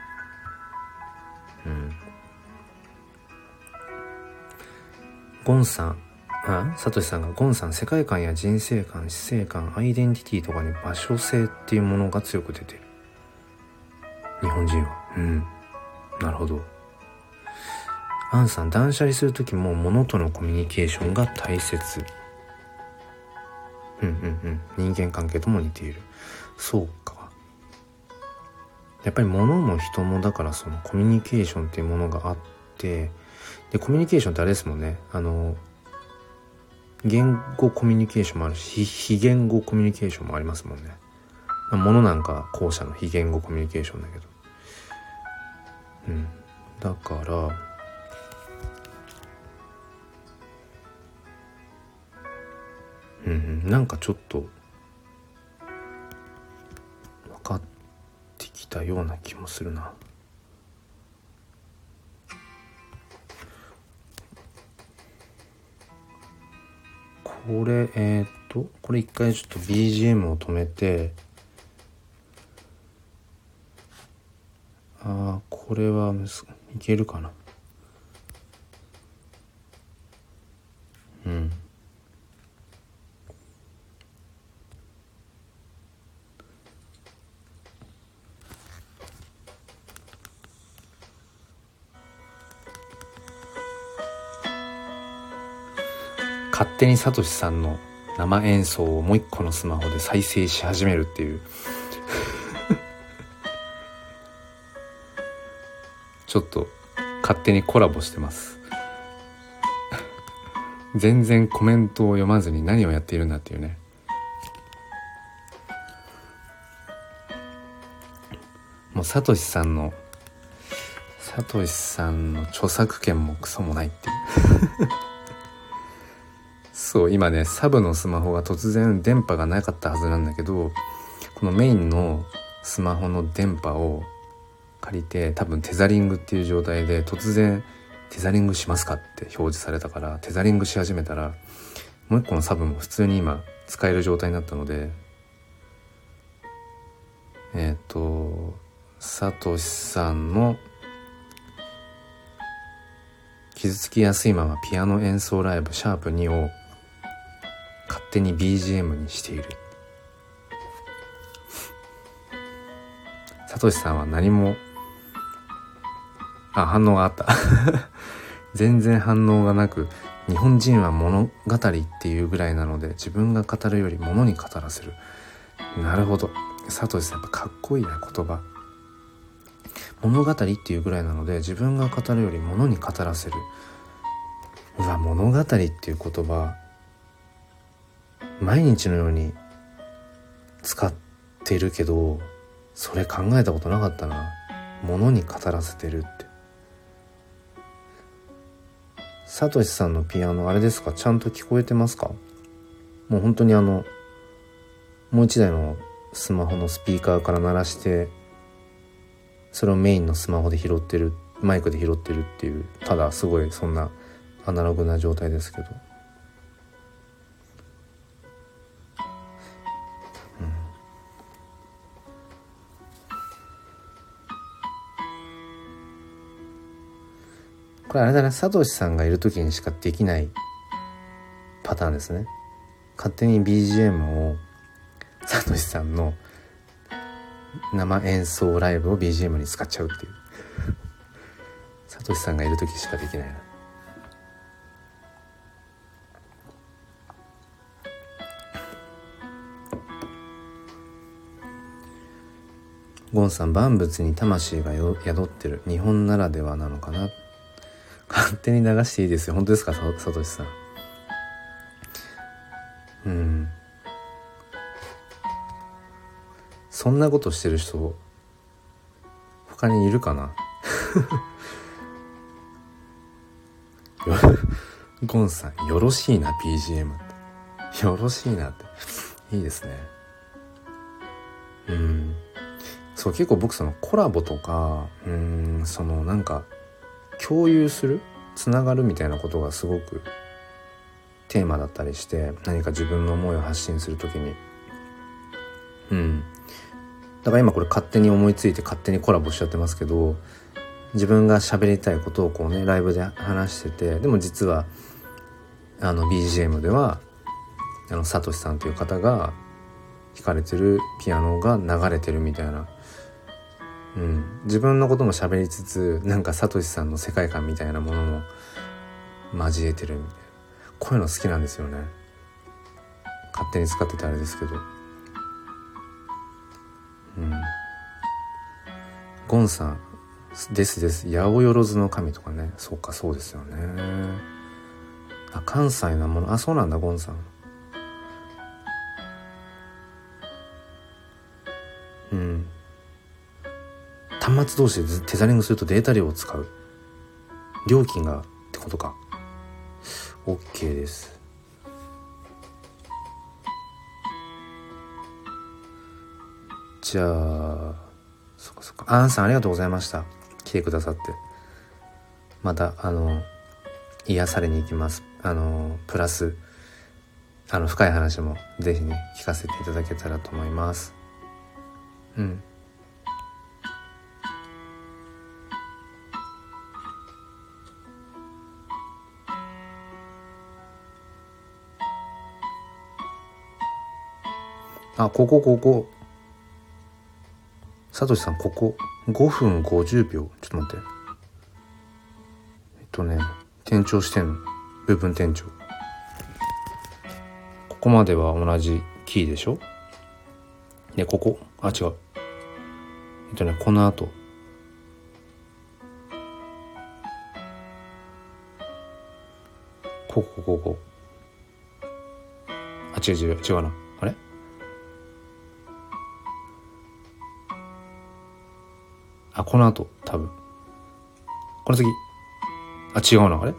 ゴンさん、サトシさんが、ゴンさん、世界観や人生観、死生観、アイデンティティとかに場所性っていうものが強く出てる。日本人は。なるほど。アンさん、断捨離するときも物とのコミュニケーションが大切。人間関係とも似ている。そうか。やっぱり物も人も、だからそのコミュニケーションっていうものがあって、でコミュニケーションってあれですもんね、言語コミュニケーションもあるし、非言語コミュニケーションもありますもんね。物なんか後者の非言語コミュニケーションだけど、だからなんかちょっと分かってきたような気もするな。これこれ一回ちょっと BGM を止めて、これはいけるかな。勝手にサトシさんの生演奏をもう一個のスマホで再生し始めるっていうちょっと勝手にコラボしてます全然コメントを読まずに何をやっているんだっていうね。もうサトシさんの著作権もクソもないっていうそう、今ね、サブのスマホが突然電波がなかったはずなんだけど、このメインのスマホの電波を借りて、多分テザリングっていう状態で突然テザリングしますかって表示されたから、テザリングし始めたら、もう一個のサブも普通に今使える状態になったので、サトシさんの傷つきやすいままピアノ演奏ライブ#2を勝手に BGM にしている。サトシさんは何も反応があった全然反応がなく、日本人は物語っていうぐらいなので、自分が語るより物に語らせる。なるほど、サトシさんやっぱかっこいいな、言葉。物語っていうぐらいなので、自分が語るより物に語らせる。物語っていう言葉、毎日のように使ってるけど、それ考えたことなかったな。物に語らせてるって。サトシさんのピアノ、あれですか、ちゃんと聞こえてますか？もう本当にもう一台のスマホのスピーカーから鳴らして、それをメインのスマホで拾ってる、マイクで拾ってるっていう、ただすごいそんなアナログな状態ですけど、 これあれだね、サトシさんがいる時にしかできないパターンですね。勝手に BGM をサトシさんの生演奏ライブを BGM に使っちゃうっていうサトシさんがいる時しかできないな。ゴンさん、万物に魂が宿ってる、日本ならではなのかな。勝手に流していいですよ。本当ですか、サトシさん。そんなことしてる人他にいるかなゴンさん、よろしいな BGM ってよろしいなっていいですね。そう結構僕そのコラボとかそのなんか共有するつながるみたいなことがすごくテーマだったりして、何か自分の思いを発信するときにだから今これ勝手に思いついて勝手にコラボしちゃってますけど、自分が喋りたいことをこうねライブで話してて、でも実はBGM ではサトシさんという方が弾かれてるピアノが流れてるみたいな、自分のことも喋りつつなんかサトシさんの世界観みたいなものも交えてるみたいな、こういうの好きなんですよね。勝手に使っててあれですけど、ゴンさんです八百万の神とかね。そうか、そうですよね。関西なもの。そうなんだ、ゴンさん。端末同士でテザリングするとデータ量を使う。料金がってことか。 OK です。じゃあそっかアンさんありがとうございました。来てくださって。また癒されに行きます。プラス深い話もぜひね聞かせていただけたらと思います。ここサトシさん、ここ5分50秒。ちょっと待って。転調してんの。部分転調。ここまでは同じキーでしょ。で、ここ。違う。この後。ここ。違うな。あれこの後、多分。この次。違うな。あれ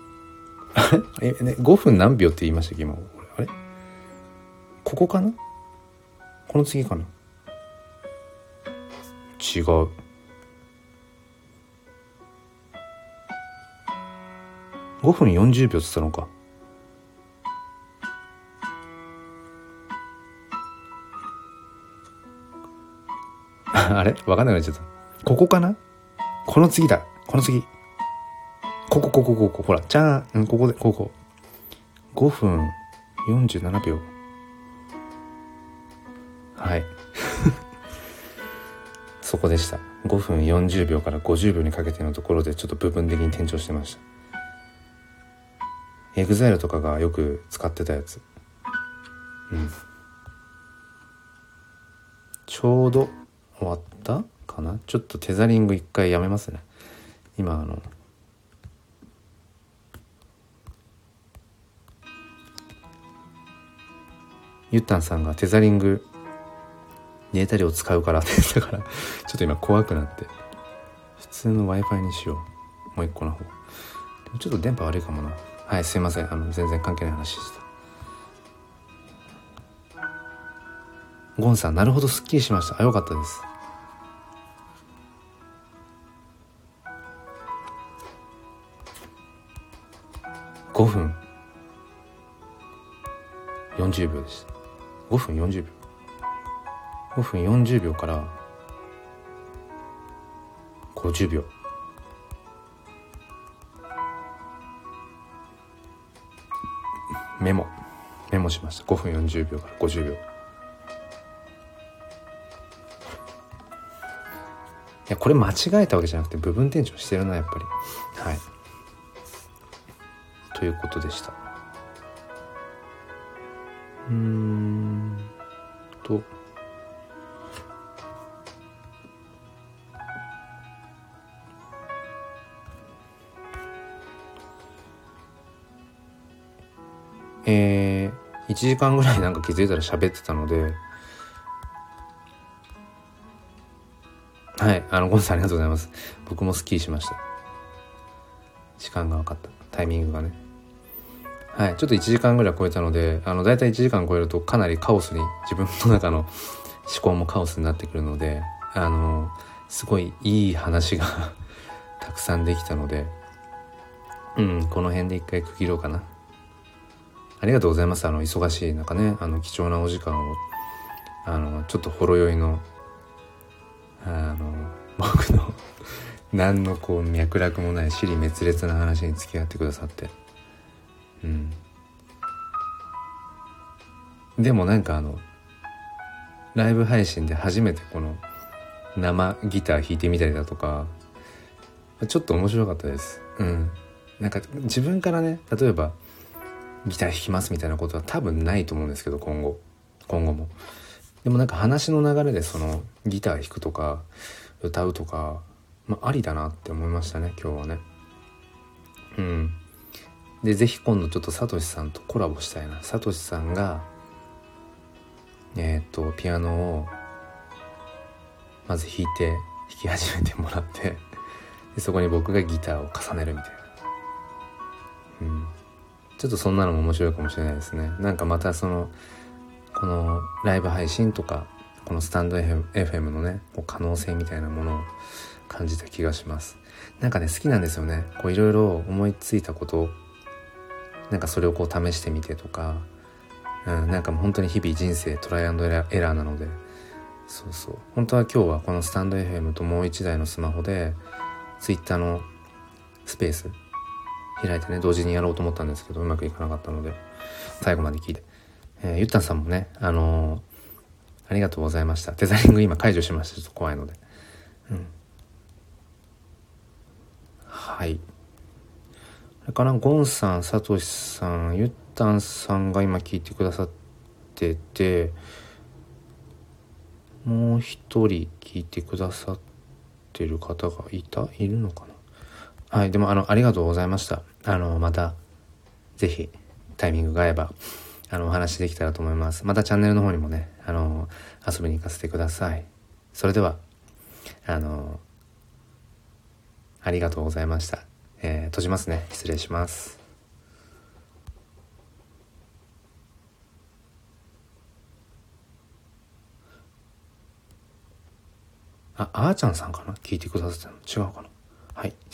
5分何秒って言いましたっけ今。あれここかな。この次かな。違う。5分40秒って言ったのか。あれわかんなくなっちゃった。ここかな。この次だ。この次。ここ。ほら、じゃーん。ここ。5分47秒。はい。そこでした。5分40秒から50秒にかけてのところでちょっと部分的に転調してました。EXILE とかがよく使ってたやつ。ちょうど終わったかな。ちょっとテザリング一回やめますね。今ゆったんさんがテザリングデータ量使うからって言ったからちょっと今怖くなって、普通の Wi-Fi にしよう。もう一個の方。でもちょっと電波悪いかもな。はい、すいません。全然関係ない話でした。ゴンさん、なるほど、すっきりしました。よかったです。5分40秒でした。5分40秒から50秒。 メモしました。5分40秒から50秒。いや、これ間違えたわけじゃなくて部分転調してるな、やっぱり。はい。ということでした。1時間ぐらいなんか気づいたら喋ってたので、はい、ゴンさんありがとうございます。僕もスッキリしました。時間が分かった、タイミングがね。はい、ちょっと1時間ぐらい超えたので、だいたい1時間超えるとかなりカオスに、自分の中の思考もカオスになってくるので、すごいいい話がたくさんできたので、この辺で一回区切ろうかな。ありがとうございます。忙しい中ね、貴重なお時間を、ちょっとほろ酔いの、僕の何のこう脈絡もない支離滅裂な話に付き合ってくださって、でもなんかライブ配信で初めてこの生ギター弾いてみたりだとか、ちょっと面白かったです。なんか自分からね、例えばギター弾きますみたいなことは多分ないと思うんですけど、今後も。でもなんか話の流れでそのギター弾くとか歌うとか、ありだなって思いましたね、今日はね。で、ぜひ今度ちょっとサトシさんとコラボしたいな。サトシさんがピアノをまず弾き始めてもらって、でそこに僕がギターを重ねるみたいな。ちょっとそんなのも面白いかもしれないですね。なんかまたこのライブ配信とかこのスタンド FM のね、可能性みたいなものを感じた気がします。なんかね、好きなんですよね。こういろいろ思いついたこと、なんかそれをこう試してみてとか、なんかもう本当に日々人生トライアンドエラーなので、そう本当は今日はこのスタンド FM ともう一台のスマホでツイッターのスペース開いてね、同時にやろうと思ったんですけど、うまくいかなかったので最後まで聞いて、ゆったんさんもね、ありがとうございました。テザリング今解除しました。ちょっと怖いので、はい。それからゴンさん、サトシさん、ゆったんさんが今聞いてくださってて、もう一人聞いてくださってる方がいるのかな。はい、でもありがとうございました。またぜひタイミングが合えばお話できたらと思います。またチャンネルの方にもね、遊びに行かせてください。それではありがとうございました。閉じますね。失礼します。あーちゃんさんかな、聞いてくださったの。違うかな。はい。